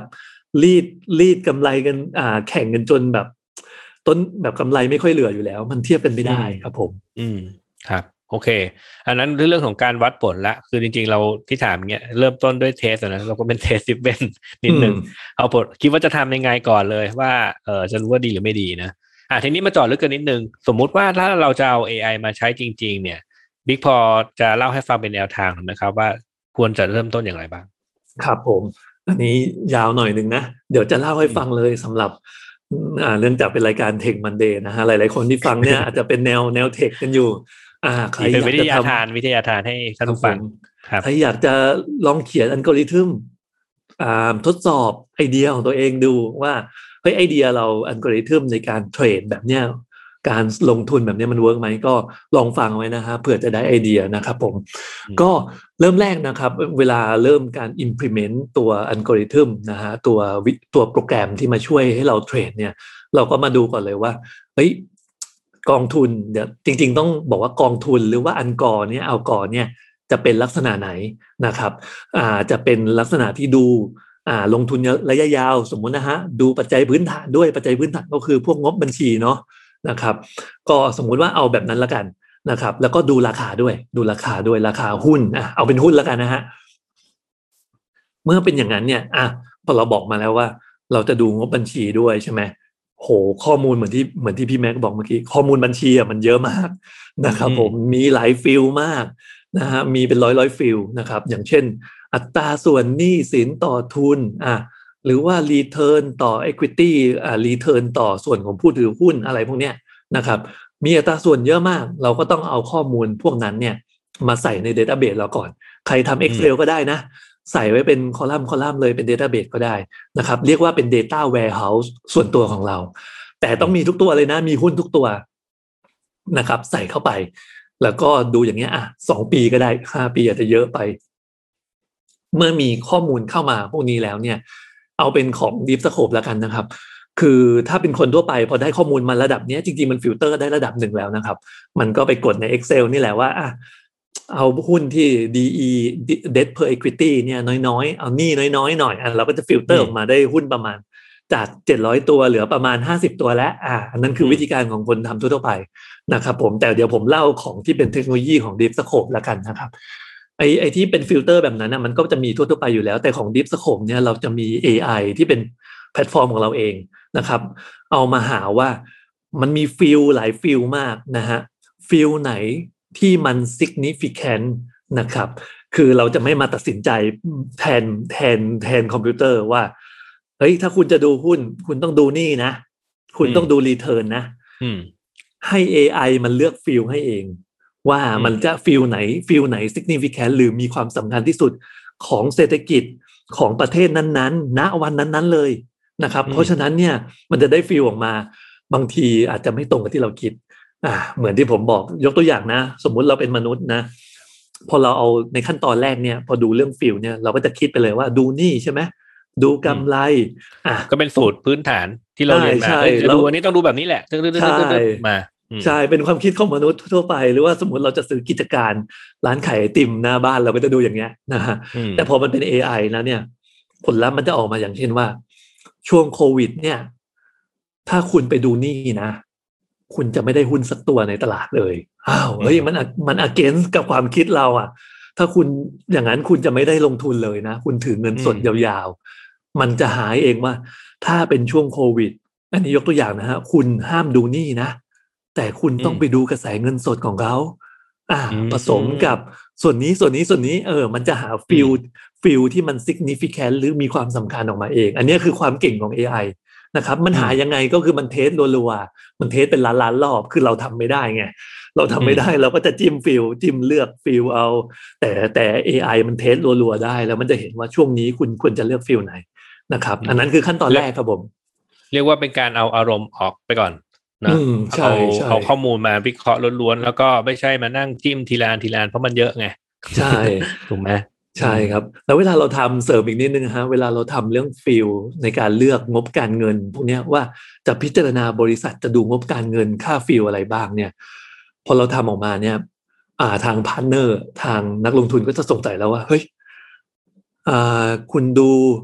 Speaker 4: รีดรีดกำไรกันอ่าแข่งกันจนแบบต้นแบบกำไรไม่ค่อยเหลืออยู่แล้วมันเทียบกันไม่ได้ครับผม
Speaker 1: อืมครับโอเคอันนั้นเรื่องของการวัดผลละคือจริงๆเราที่ถามเงี้ยเริ่มต้นด้วยเทสนะเราก็เป็นเทสซิฟเว่นนิดนึงเอาผลคิดว่าจะทำยังไงก่อนเลยว่าเออจะรู้ว่าดีหรือไม่ดีนะอ่ะทีนี้มาเจาะลึกกันนิดนึงสมมุติว่าถ้าเราจะเอา เอ ไอ มาใช้จริงๆเนี่ยบิ๊กพอจะเล่าให้ฟังเป็นแนวทางนะครับว่าควรจะเริ่มต้นอย่างไรบ้าง
Speaker 4: ครับผมอันนี้ยาวหน่อยนึงนะเดี๋ยวจะเล่าให้ฟังเลยสำหรับอ่าเรื่องจากเป็นรายการ Tech Monday นะฮะหลายๆคนที่ฟังเนี่ย อาจจะเป็นแนวแนวเทคกันอยู่อ่าใคร
Speaker 1: เป็นวิทยาทาน
Speaker 4: ทำ
Speaker 1: วิทยาทานให้ท่านผู้ฟัง
Speaker 4: ใครอยากจะลองเขียนอัลกอริทึมอ่าทดสอบไอเดียของตัวเองดูว่าเฮ้ยไอเดียเราอัลกอริทึมในการเทรดแบบเนี้ยการลงทุนแบบนี้มันเวิร์กไหมก็ลองฟังไว้นะฮะเผื่อจะได้ไอเดียนะครับผมก็เริ่มแรกนะครับเวลาเริ่มการ implement ตัวอัลกอริทึมนะฮะตัวตัวโปรแกรมที่มาช่วยให้เราเทรดเนี่ยเราก็มาดูก่อนเลยว่าเฮ้ยกองทุนเดี๋ยวจริงๆต้องบอกว่ากองทุนหรือว่าอัลกอร์เนี่ยอัลกอร์เนี่ยจะเป็นลักษณะไหนนะครับอ่าจะเป็นลักษณะที่ดูอ่าลงทุนระยะยาวสมมุตินะฮะดูปัจจัยพื้นฐานด้วยปัจจัยพื้นฐานก็คือพวกงบบัญชีเนาะนะครับก็สมมุติว่าเอาแบบนั้นละกันนะครับแล้วก็ดูราคาด้วยดูราคาด้วยราคาหุ้นอ่ะเอาเป็นหุ้นละกันนะฮะเมื่อเป็นอย่างนั้นเนี่ยอ่ะพอเราบอกมาแล้วว่าเราจะดูงบบัญชีด้วยใช่ไหมโหข้อมูลเหมือนที่เหมือนที่พี่แม็กบอกเมื่อกี้ข้อมูลบัญชีอ่ะมันเยอะมากนะครับผมมีหลายฟิลมากนะฮะมีเป็นร้อยร้อยฟิลนะครับอย่างเช่นอัตราส่วนหนี้สินต่อทุนอ่ะหรือว่า return ต่อ equity อ่า return ต่อส่วนของผู้ถือหุ้นอะไรพวกเนี้ยนะครับมีอัตราส่วนเยอะมากเราก็ต้องเอาข้อมูลพวกนั้นเนี่ยมาใส่ใน database เราก่อนใครทำ Excel ก็ได้นะใส่ไว้เป็นคอลัมน์คอลัมน์เลยเป็น database ก็ได้นะครับเรียกว่าเป็น data warehouse ส่วนตัวของเราแต่ต้องมีทุกตัวเลยนะมีหุ้นทุกตัวนะครับใส่เข้าไปแล้วก็ดูอย่างเงี้ยอ่ะสองปีก็ได้ห้าปีอาจจะเยอะไปเมื่อมีข้อมูลเข้ามาพวกนี้แล้วเนี่ยเอาเป็นของ DeepScope แล้วกันนะครับคือถ้าเป็นคนทั่วไปพอได้ข้อมูลมาระดับนี้จริงๆมันฟิลเตอร์ได้ระดับหนึ่งแล้วนะครับมันก็ไปกดใน Excel นี่แหละว่าอ่ะเอาหุ้นที่ ดี อี Debt per Equity เนี่ยน้อยๆเอาหนี้น้อยๆหน่อยอ่ะเราก็จะฟิลเตอร์ออกมาได้หุ้นประมาณจากเจ็ดร้อยตัวเหลือประมาณห้าสิบตัวแล้วอ่ะอันนั้นคือวิธีการของคนทำทั่วๆไปนะครับผมแต่เดี๋ยวผมเล่าของที่เป็นเทคโนโลยีของ DeepScope แล้วกันนะครับไอ้ไอ้ที่เป็นฟิลเตอร์แบบนั้นนะมันก็จะมีทั่วๆไปอยู่แล้วแต่ของ DeepScope เนี่ยเราจะมี เอ ไอ ที่เป็นแพลตฟอร์มของเราเองนะครับเอามาหาว่ามันมีฟิลหลายฟิลมากนะฮะฟิลไหนที่มัน significant นะครับคือเราจะไม่มาตัดสินใจแทนแทนแทนคอมพิวเตอร์ว่าเฮ้ยถ้าคุณจะดูหุ้นคุณต้องดูนี่นะคุณต้องดู return นะให้ เอ ไอ มันเลือกฟิลให้เองว่ามันจะฟิลไหนฟิลไหน significant หรือมีความสำคัญที่สุดของเศรษฐกิจของประเทศนั้นๆณวันนั้นๆเลยนะครับเพราะฉะนั้นเนี่ยมันจะได้ฟีลออกมาบางทีอาจจะไม่ตรงกับที่เราคิดอ่าเหมือนที่ผมบอกยกตัวอย่างนะสมมุติเราเป็นมนุษย์นะพอเราเอาในขั้นตอนแรกเนี่ยพอดูเรื่องฟีลเนี่ยเราก็จะคิดไปเลยว่าดูนี่ใช่ไหมดูกำไรอ่ะ
Speaker 1: ก็เป็นสูตรพื้นฐานที่เราเรียนมาดูอันนี้ต้องดูแบบนี้แหละ
Speaker 4: ใช่
Speaker 1: มา
Speaker 4: ใช่เป็นความคิดของมนุษย์ทั่วไปหรือว่าสมมติเราจะซื้อกิจการร้านขายไอติมหน้าบ้านเราก็จะดูอย่างเงี้ยนะฮะแต่พอมันเป็น เอ ไอ นะเนี่ยผลลัพธ์มันจะออกมาอย่างเช่นว่าช่วงโควิดเนี่ยถ้าคุณไปดูนี่นะคุณจะไม่ได้หุ้นสักตัวในตลาดเลยอ้าวเฮ้ยมันมัน against กับความคิดเราอ่ะถ้าคุณอย่างนั้นคุณจะไม่ได้ลงทุนเลยนะคุณถือเงินสดยาวๆมันจะหายเองว่าถ้าเป็นช่วงโควิดอันนี้ยกตัวอย่างนะฮะคุณห้ามดูนี่นะแต่คุณต้องไปดูกระแสเงินสดของเขาอ่าผสมกับส่วนนี้ส่วนนี้ส่วนนี้เออมันจะหาฟิลฟิลที่มัน significant หรือมีความสำคัญออกมาเองอันนี้คือความเก่งของ เอ ไอ นะครับมันหายังไงก็คือมันเทสรัวๆมันเทสเป็นล้านๆรอบคือเราทำไม่ได้ไงเราทำไม่ได้เราก็จะจิ้มฟิลจิ้มเลือกฟิลเอาแต่แต่ เอ ไอ มันเทสรัวๆได้แล้วมันจะเห็นว่าช่วงนี้คุณควรจะเลือกฟิลไหนนะครับอันนั้นคือขั้นตอนแรกครับผม
Speaker 1: เรียกว่าเป็นการเอาอารมณ์ออกไปก่อนนะเอาเอาข้อมูลมาวิเคราะห์ล้วนๆแล้วก็ไม่ใช่มานั่งจิ้มทีละอันทีละอันเพราะมันเยอะไง
Speaker 4: ใช่
Speaker 1: ถูกไหม
Speaker 4: ใช่ครับแล้วเวลาเราทำเสริมอีกนิดนึงฮะเวลาเราทำเรื่องฟิลในการเลือกงบการเงินพวกนี้ว่าจะพิจารณาบริษัทจะดูงบการเงินค่าฟิลอะไรบ้างเนี่ยพอเราทำออกมาเนี่ยอ่าทางพาร์ทเนอร์ทางนักลงทุนก็จะสงสัยแล้วว่าเฮ้ยอ่าคุณดู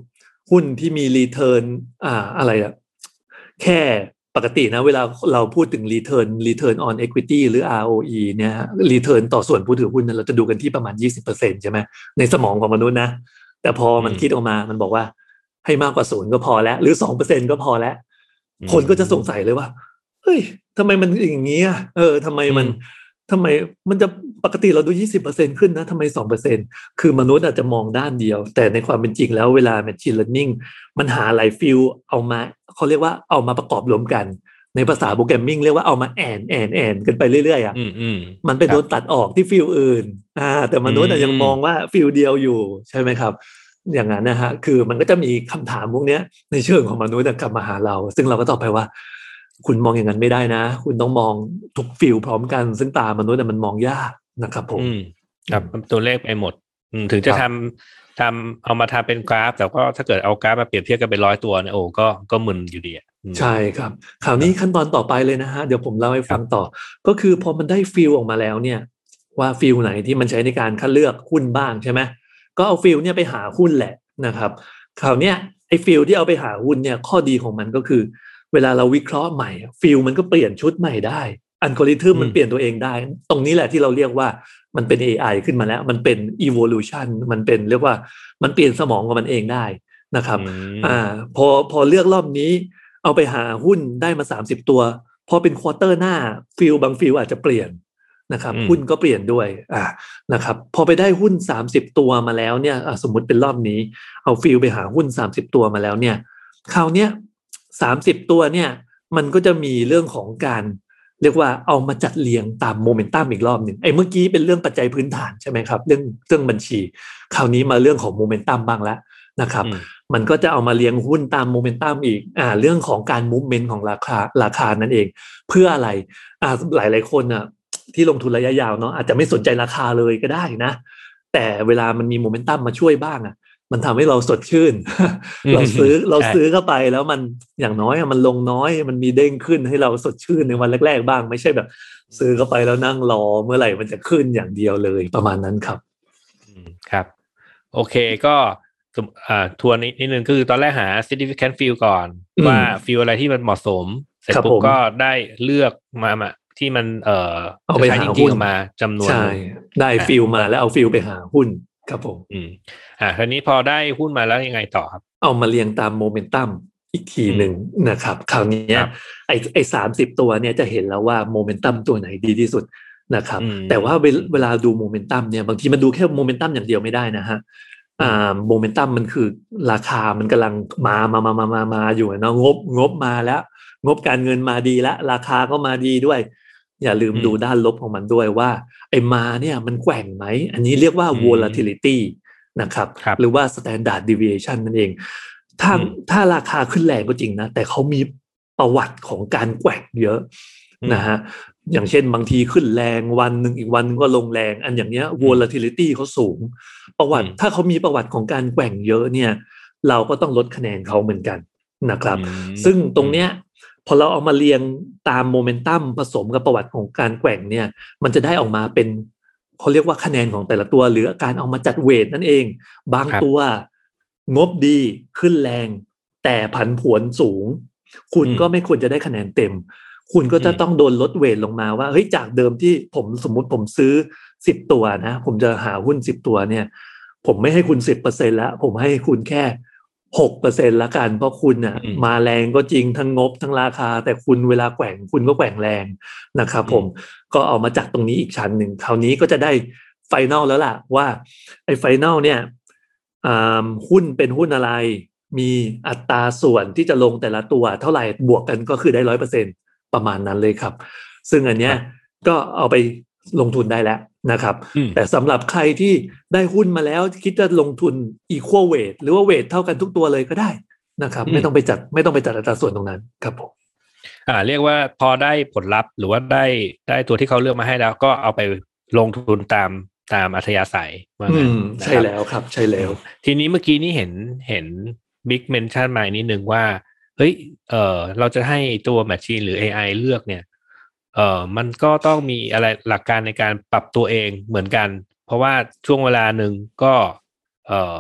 Speaker 4: หุ้นที่มี return อ่าอะไรอะแค่ปกตินะเวลาเราพูดถึง return return on equity หรือ อาร์ โอ อี เนี่ย return ต่อส่วนผู้ถือหุ้นเนี่ยเราจะดูกันที่ประมาณ ยี่สิบเปอร์เซ็นต์ ใช่ไหมในสมองของมนุษย์นะแต่พอมันคิดออกมามันบอกว่าให้มากกว่าศูนย์ก็พอแล้วหรือ สองเปอร์เซ็นต์ ก็พอแล้วคนก็จะสงสัยเลยว่าเฮ้ยทำไมมันอย่างนี้อ่ะเออทำไมมันทำไมมันจะปกติเราดู ยี่สิบเปอร์เซ็นต์ ขึ้นนะทำไม สองเปอร์เซ็นต์ คือมนุษย์อาจจะมองด้านเดียวแต่ในความเป็นจริงแล้วเวลา machine learning มันหาหลายฟิลเอามาเขาเรียกว่าเอามาประกอบรวมกันในภาษาโปรแกรมมิ่งเรียกว่าเอามาแอนแอนแอนกันไปเรื่อยๆอ่ะมันไปโดนตัดออกที่ฟิลอื่นอ่าแต่มนุษย์ยังมองว่าฟิลเดียวอยู่ใช่ไหมครับอย่างนั้นนะฮะคือมันก็จะมีคำถามพวกนี้ในเชิงของมนุษย์กลับมาหาเราซึ่งเราก็ตอบไปว่าคุณมองอย่างนั้นไม่ได้นะคุณต้องมองทุกฟิลพร้อมกันซึ่งตามนุษย์มันมองยากนะครับผม
Speaker 1: ครับตัวเลขไปหมดถึงจะทำทำเอามาทำเป็นกราฟแต่ก็ถ้าเกิดเอากราฟมาเปรียบเทียบกันเป็นร้อยตัวเนี่ยโอ้ก็ก็มึนอยู่ดี
Speaker 4: ใช่ครับคราวนี้ขั้นตอนต่อไปเลยนะฮะเดี๋ยวผมเล่าให้ฟังต่อก็คือพอมันได้ฟิลออกมาแล้วเนี่ยว่าฟิลไหนที่มันใช้ในการคัดเลือกหุ้นบ้างใช่ไหมก็เอาฟิลเนี่ยไปหาหุ้นแหละนะครับคราวเนี้ยไอ้ฟิลที่เอาไปหาหุ้นเนี่ยข้อดีของมันก็คือเวลาเราวิเคราะห์ใหม่ฟิลมันก็เปลี่ยนชุดใหม่ได้อัลกอริทึมมันเปลี่ยนตัวเองได้ตรงนี้แหละที่เราเรียกว่ามันเป็น เอ ไอ ขึ้นมาแล้วมันเป็น evolution มันเป็นเรียกว่ามันเปลี่ยนสมองของมันเองได้นะครับอ่าพอพอเลือกรอบนี้เอาไปหาหุ้นได้มาสามสิบตัวพอเป็นควอเตอร์หน้าฟิลบางฟิลอาจจะเปลี่ยนนะครับหุ้นก็เปลี่ยนด้วยอ่านะครับพอไปได้หุ้นสามสิบตัวมาแล้วเนี่ยสมมุติเป็นรอบนี้เอาฟิลไปหาหุ้นสามสิบตัวมาแล้วเนี่ยคราวเนี้ยสามสิบตัวเนี่ยมันก็จะมีเรื่องของการเรียกว่าเอามาจัดเรียงตามโมเมนตัมอีกรอบหนึ่งไอ้เมื่อกี้เป็นเรื่องปัจจัยพื้นฐานใช่ไหมครับเรื่องเรื่องบัญชีคราวนี้มาเรื่องของโมเมนตัมบ้างแล้วนะครับมันก็จะเอามาเรียงหุ้นตามโมเมนตัมอีกอ่าเรื่องของการมูฟเมนต์ของราคาราคานั่นเองเพื่ออะไรอ่าหลายหลายคนอ่ะที่ลงทุนระยะยาวเนาะอาจจะไม่สนใจราคาเลยก็ได้นะแต่เวลามันมีโมเมนตัมมาช่วยบ้างอ่ะมันทำให้เราสดชื่น เราซื้อเราซื้อเข้าไปแล้วมันอย่างน้อยมันลงน้อยมันมีเด้งขึ้นให้เราสดชื่นในวันแรกๆบ้างไม่ใช่แบบซื้อเข้าไปแล้วนั่งรอเมื่อไหร่มันจะขึ้นอย่างเดียวเลยประมาณนั้นครับ
Speaker 1: ครับโอเคก็อ่าทวนนิดนึงคือตอนแรกหา significant field ก่อนว่า field อะไรที่มันเหมาะสมเสร็จปุ๊บก็ได้เลือกมาที่มันเอ่อ
Speaker 4: เอาไปหาหุ้น
Speaker 1: ออกมาจำนวน
Speaker 4: ใช่ได้ฟิลมาแล้วเอาฟิลไปหาหุ้นครับผม
Speaker 1: อืมอ่าคราวนี้พอได้หุ้นมาแล้วยังไงต่อครับ
Speaker 4: เอามาเรียงตามโมเมนตัมอีกทีหนึ่งนะครับคราวนี้ไอ้ไอ้สามสิบตัวเนี่ยจะเห็นแล้วว่าโมเมนตัมตัวไหนดีที่สุดนะครับแต่ว่าเวลาดูโมเมนตัมเนี่ยบางทีมันดูแค่โมเมนตัมอย่างเดียวไม่ได้นะฮะอ่าโมเมนตัมมันคือราคามันกำลังมามามามามามาอยู่เนาะงบงบมาแล้วงบการเงินมาดีแล้วราคาก็มาดีด้วยอย่าลืมดูด้านลบของมันด้วยว่าไอ้มาเนี่ยมันแกว่งไหมอันนี้เรียกว่า volatility นะครับหรือว่า standard deviation นั่นเองถ้าถ้าราคาขึ้นแรงก็จริงนะแต่เขามีประวัติของการแกว่งเยอะนะฮะอย่างเช่นบางทีขึ้นแรงวันหนึ่งอีกวันก็ลงแรงอันอย่างเนี้ย volatility เขาสูงประวัติถ้าเขามีประวัติของการแกว่งเยอะเนี่ยเราก็ต้องลดคะแนนเขาเหมือนกันนะครับซึ่งตรงเนี้ยพอเราเอามาเรียงตามโมเมนตัมผสมกับประวัติของการแกว่งเนี่ยมันจะได้ออกมาเป็นเขาเรียกว่าคะแนนของแต่ละตัวหรือการเอามาจัดเวทนั่นเองบางตัวงบดีขึ้นแรงแต่ผันผวนสูงคุณก็ไม่ควรจะได้คะแนนเต็มคุณก็จะต้องโดนลดเวทลงมาว่าเฮ้ยจากเดิมที่ผมสมมุติผมซื้อสิบตัวนะผมจะหาหุ้นสิบตัวเนี่ยผมไม่ให้คุณ สิบเปอร์เซ็นต์ แล้วผมให้คุณแค่หกเปอร์เซ็นต์ ละกันเพราะคุณน่ะมาแรงก็จริงทั้งงบทั้งราคาแต่คุณเวลาแกว่งคุณก็แกว่งแรงนะครับผมก็เอามาจากตรงนี้อีกชั้นหนึ่งคราวนี้ก็จะได้ไฟนอลแล้วล่ะว่าไอ้ไฟนอลเนี่ยหุ้นเป็นหุ้นอะไรมีอัตราส่วนที่จะลงแต่ละตัวเท่าไหร่บวกกันก็คือได้ ร้อยเปอร์เซ็นต์ ประมาณนั้นเลยครับซึ่งอันเนี้ยก็เอาไปลงทุนได้แล้วนะครับแต่สำหรับใครที่ได้หุ้นมาแล้วคิดจะลงทุน equal weight หรือว่าเวทเท่ากันทุกตัวเลยก็ได้นะครับไม่ต้องไปจัดไม่ต้องไปจัดอัตราส่วนตรงนั้นครับผม
Speaker 1: อ่าเรียกว่าพอได้ผลลัพธ์หรือว่าได้ได้ตัวที่เขาเลือกมาให้แล้วก็เอาไปลงทุนตามตามอัธยาศัยว่างั้น
Speaker 4: ใช่แล้วครับใช่แล้ว
Speaker 1: ทีนี้เมื่อกี้นี้เห็นเห็นบิ๊กเมนชั่นมานิดนึงว่าเฮ้ยเออเราจะให้ตัวแมชชีนหรือ เอ ไอ เลือกเนี่ยเออมันก็ต้องมีอะไรหลักการในการปรับตัวเองเหมือนกันเพราะว่าช่วงเวลาหนึ่งก็เออ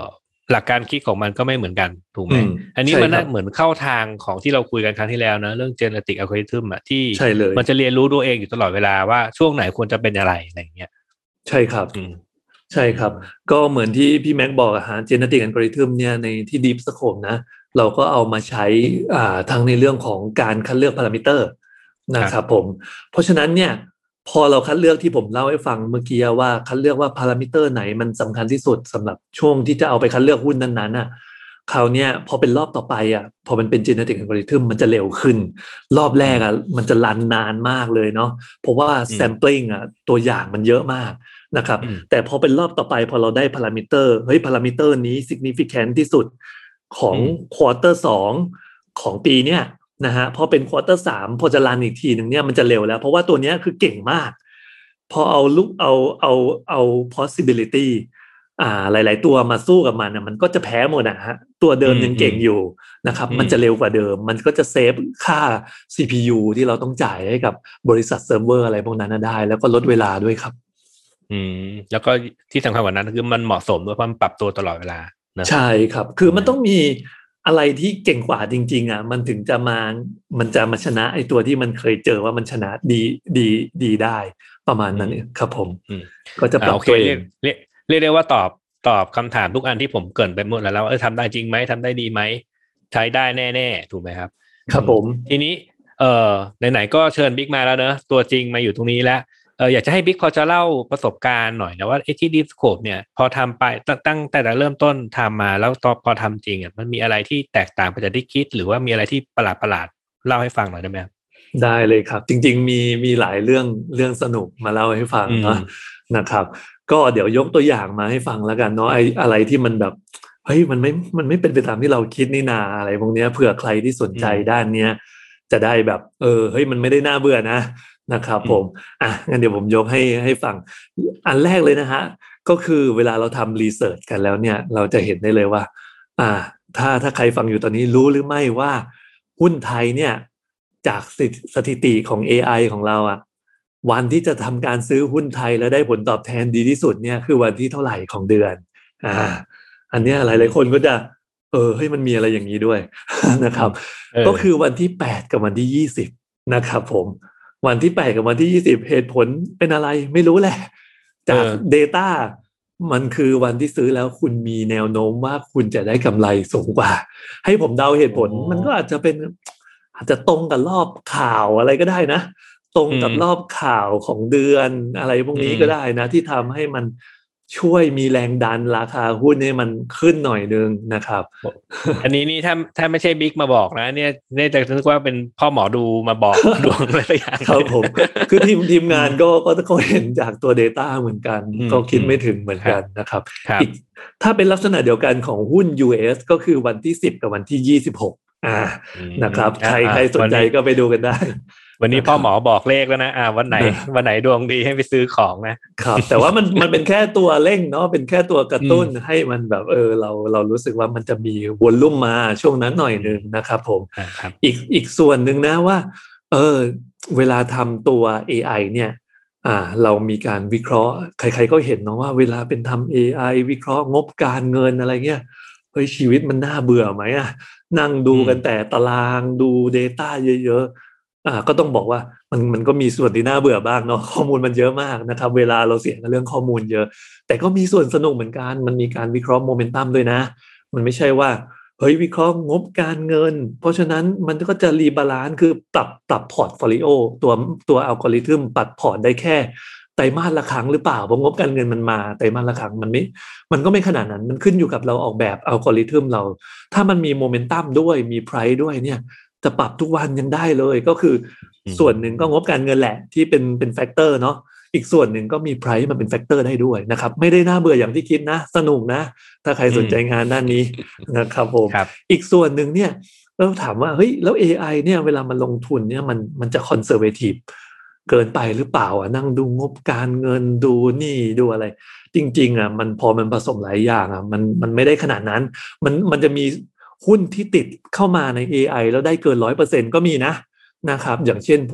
Speaker 1: หลักการคิดของมันก็ไม่เหมือนกันถูกไหมอันนี้มันเหมือนเข้าทางของที่เราคุยกันครั้งที่แล้วนะเรื่อง genetic algorithm อ่ะที่มันจะเรียนรู้ตัวเองอยู่ตลอดเวลาว่าช่วงไหนควรจะเป็นอะไรอะไรอย่างเงี้ย
Speaker 4: ใช่ครับใช่ครับก็เหมือนที่พี่แม็กบอกอะฮะ genetic algorithm เนี่ยในที่ deep scope นะเราก็เอามาใช้อ่าทั้งในเรื่องของการคัดเลือกพารามิเตอร์นะครับผมเพราะฉะนั้นเนี่ยพอเราคัดเลือกที่ผมเล่าให้ฟังเมื่อกี้ว่าคัดเลือกว่าพารามิเตอร์ไหนมันสำคัญที่สุดสำหรับช่วงที่จะเอาไปคัดเลือกหุ้นนั้นๆน่ะคราวเนี้ยพอเป็นรอบต่อไปอ่ะพอมันเป็น genetic algorithm มันจะเร็วขึ้นรอบแรกอ่ะมันจะรันนานมากเลยเนาะเพราะว่า sampling อ่ะตัวอย่างมันเยอะมากนะครับแต่พอเป็นรอบต่อไปพอเราได้พารามิเตอร์เฮ้ยพารามิเตอร์นี้ significant ที่สุดของควอเตอร์สองของปีเนี้ยนะฮะพอเป็นควอเตอร์สามพอจะรันอีกทีนึงเนี่ยมันจะเร็วแล้วเพราะว่าตัวเนี้ยคือเก่งมากพอเอาลุกเอาเอาเอา possibility อ่าหลายๆตัวมาสู้กับมันนะมันก็จะแพ้หมดนะฮะตัวเดิมยังเก่งอยู่นะครับมันจะเร็วกว่าเดิมมันก็จะเซฟค่า ซี พี ยู ที่เราต้องจ่ายให้กับบริษัทเซิร์ฟเวอร์อะไรพวกนั้นได้แล้วก็ลดเวลาด้วยครับ
Speaker 1: อืมแล้วก็ที่สำคัญกว่านั้นคือมันเหมาะสมด้วยเพราะมันปรับตัวตลอดเวลา
Speaker 4: ใช่ครับคือมันต้องมีอะไรที่เก่งกว่าจริงๆอ่ะมันถึงจะมามันจะมาชนะไอ้ตัวที่มันเคยเจอว่ามันชนะดีดีดีได้ประมาณนั้นครับผมก็จะปรับตัวเอง
Speaker 1: เรียกเรียกได้ว่าตอบตอบคำถามทุกอันที่ผมเกริ่นไปหมดแล้วแล้วเออทำได้จริงไหมทำได้ดีไหมใช้ได้แน่ๆถูกไหมครับ
Speaker 4: ครับผม
Speaker 1: ทีนี้เอ่อไหนๆก็เชิญบิ๊กมาแล้วเนอะตัวจริงมาอยู่ตรงนี้แล้วเอออยากจะให้บิ๊กพอจะเล่าประสบการณ์หน่อยนะว่าไอ้ที่ Deep Scope เนี่ยพอทำไปตั้งแต่เริ่มต้นทำมาแล้วตอนพอทำจริงอ่ะมันมีอะไรที่แตกต่างไปจากที่คิดหรือว่ามีอะไรที่ประหลาดประหลาดเล่าให้ฟังหน่อยได้ไหม
Speaker 4: ได้เลยครับจริงๆมีมีหลายเรื่องเรื่องสนุกมาเล่าให้ฟังเนาะนะครับก็เดี๋ยวยกตัวอย่างมาให้ฟังแล้วกันเนาะไอ้อะไรที่มันแบบเฮ้ยมันไม่มันไม่เป็นไปตามที่เราคิดนี่นาอะไรพวกนี้เผื่อใครที่สนใจด้านเนี้ยจะได้แบบเออเฮ้ยมันไม่ได้น่าเบื่อนะนะครับผมอ่ะงั้นเดี๋ยวผมยกให้ให้ฟังอันแรกเลยนะฮะก็คือเวลาเราทำรีเสิร์ชกันแล้วเนี่ยเราจะเห็นได้เลยว่าอ่าถ้าถ้าใครฟังอยู่ตอนนี้รู้หรือไม่ว่าหุ้นไทยเนี่ยจากสถิติของ เอ ไอ ของเราอ่ะวันที่จะทำการซื้อหุ้นไทยแล้วได้ผลตอบแทนดีที่สุดเนี่ยคือวันที่เท่าไหร่ของเดือนอ่าอันนี้หลายๆคนก็จะเออเฮ้ยมันมีอะไรอย่างนี้ด้วยนะครับก็คือวันที่แปดกับวันที่ยี่สิบนะครับผมวันที่แปดกับวันที่ยี่สิบเหตุผลเป็นอะไรไม่รู้แหละจาก data มันคือวันที่ซื้อแล้วคุณมีแนวโน้มว่าคุณจะได้กำไรสูงกว่าให้ผมเดาเหตุผลมันก็อาจจะเป็นอาจจะตรงกับรอบข่าวอะไรก็ได้นะตรงกับรอบข่าวของเดือนอะไรพวกนี้ก็ได้นะที่ทำให้มันช่วยมีแรงดันราคาหุ้นให้มันขึ้นหน่อยนึงนะครับ
Speaker 1: อันนี้นี่ถ้าถ้าไม่ใช่บิ๊กมาบอกนะเนี่ยเนี่ยจะนึกว่าเป็นพ่อหมอดูมาบอกดวงอะไรอย่าง
Speaker 4: ครับผมคือทีมทีมงานก็ก็ก็เห็นจากตัว data เหมือนกันก็คิดไม่ถึงเหมือนกันนะครับอีกถ้าเป็นลักษณะเดียวกันของหุ้น ยู เอส ก็คือวันที่สิบกับวันที่ยี่สิบหกอ่านะครับใครใครสนใจก็ไปดูกันได้
Speaker 1: วันนี้พ่อหมอบอกเลขแล้วนะอ่าวันไหนวันไหนดวงดีให้ไปซื้อของนะครับ
Speaker 4: แต่ว่ามันมันเป็นแค่ตัวเร่งเนาะเป็นแค่ตัวกระตุ้นให้มันแบบเออเราเรารู้สึกว่ามันจะมีวอลลุ่มมาช่วงนั้นหน่อยนึงนะครับผมอีกอีกส่วนหนึ่งนะว่าเออเวลาทำตัว เอ ไอ เนี่ยอ่าเรามีการวิเคราะห์ใครๆก็เห็นเนาะว่าเวลาเป็นทำ เอ ไอ วิเคราะห์งบการเงินอะไรเงี้ยเฮ้ยชีวิตมันน่าเบื่อไหมอ่ะนั่งดูกันแต่ตารางดู data เยอะๆอ่าก็ต้องบอกว่ามันมันก็มีส่วนที่น่าเบื่อบ้างเนาะข้อมูลมันเยอะมากนะครับเวลาเราเสียกับเรื่องข้อมูลเยอะแต่ก็มีส่วนสนุกเหมือนกันมันมีการวิเคราะห์โมเมนตัมด้วยนะมันไม่ใช่ว่าเฮ้ยวิเคราะห์งบการเงินเพราะฉะนั้นมันก็จะรีบาลานซ์คือปรับปรับพอร์ตโฟลิโอตัวตัวอัลกอริทึมปรับพอร์ตได้แค่ไตรมาสละครั้งหรือเปล่าเพราะงบการเงินมันมาไตรมาสละครั้งมันไม่มันก็ไม่ขนาดนั้นมันขึ้นอยู่กับเราออกแบบอัลกอริทึมเราถ้ามันมีโมเมนตัมด้วยมีไพรซ์ด้วยเนี่ยจะปรับทุกวันยังได้เลยก็คือส่วนหนึ่งก็งบการเงินแหละที่เป็นเป็นแฟกเตอร์เนาะอีกส่วนหนึ่งก็มีไพรซ์มันเป็นแฟกเตอร์ได้ด้วยนะครับไม่ได้น่าเบื่ออย่างที่คิดนะสนุกนะถ้าใครสนใจงานด้านนี้นะครับผมอีกส่วนหนึ่งเนี่ยเราถามว่าเฮ้ยแล้ว เอ ไอ เนี่ยเวลามันลงทุนเนี่ยมันมันจะคอนเซอร์เวทีฟเกินไปหรือเปล่าอ่ะนั่งดูงบการเงินดูนี่ดูอะไรจริงๆอ่ะมันพอมันผสมหลายอย่างอ่ะมันมันไม่ได้ขนาดนั้นมันมันจะมีหุ้นที่ติดเข้ามาใน เอ ไอ แล้วได้เกิน ร้อยเปอร์เซ็นต์ ก็มีนะนะครับอย่างเช่นพวก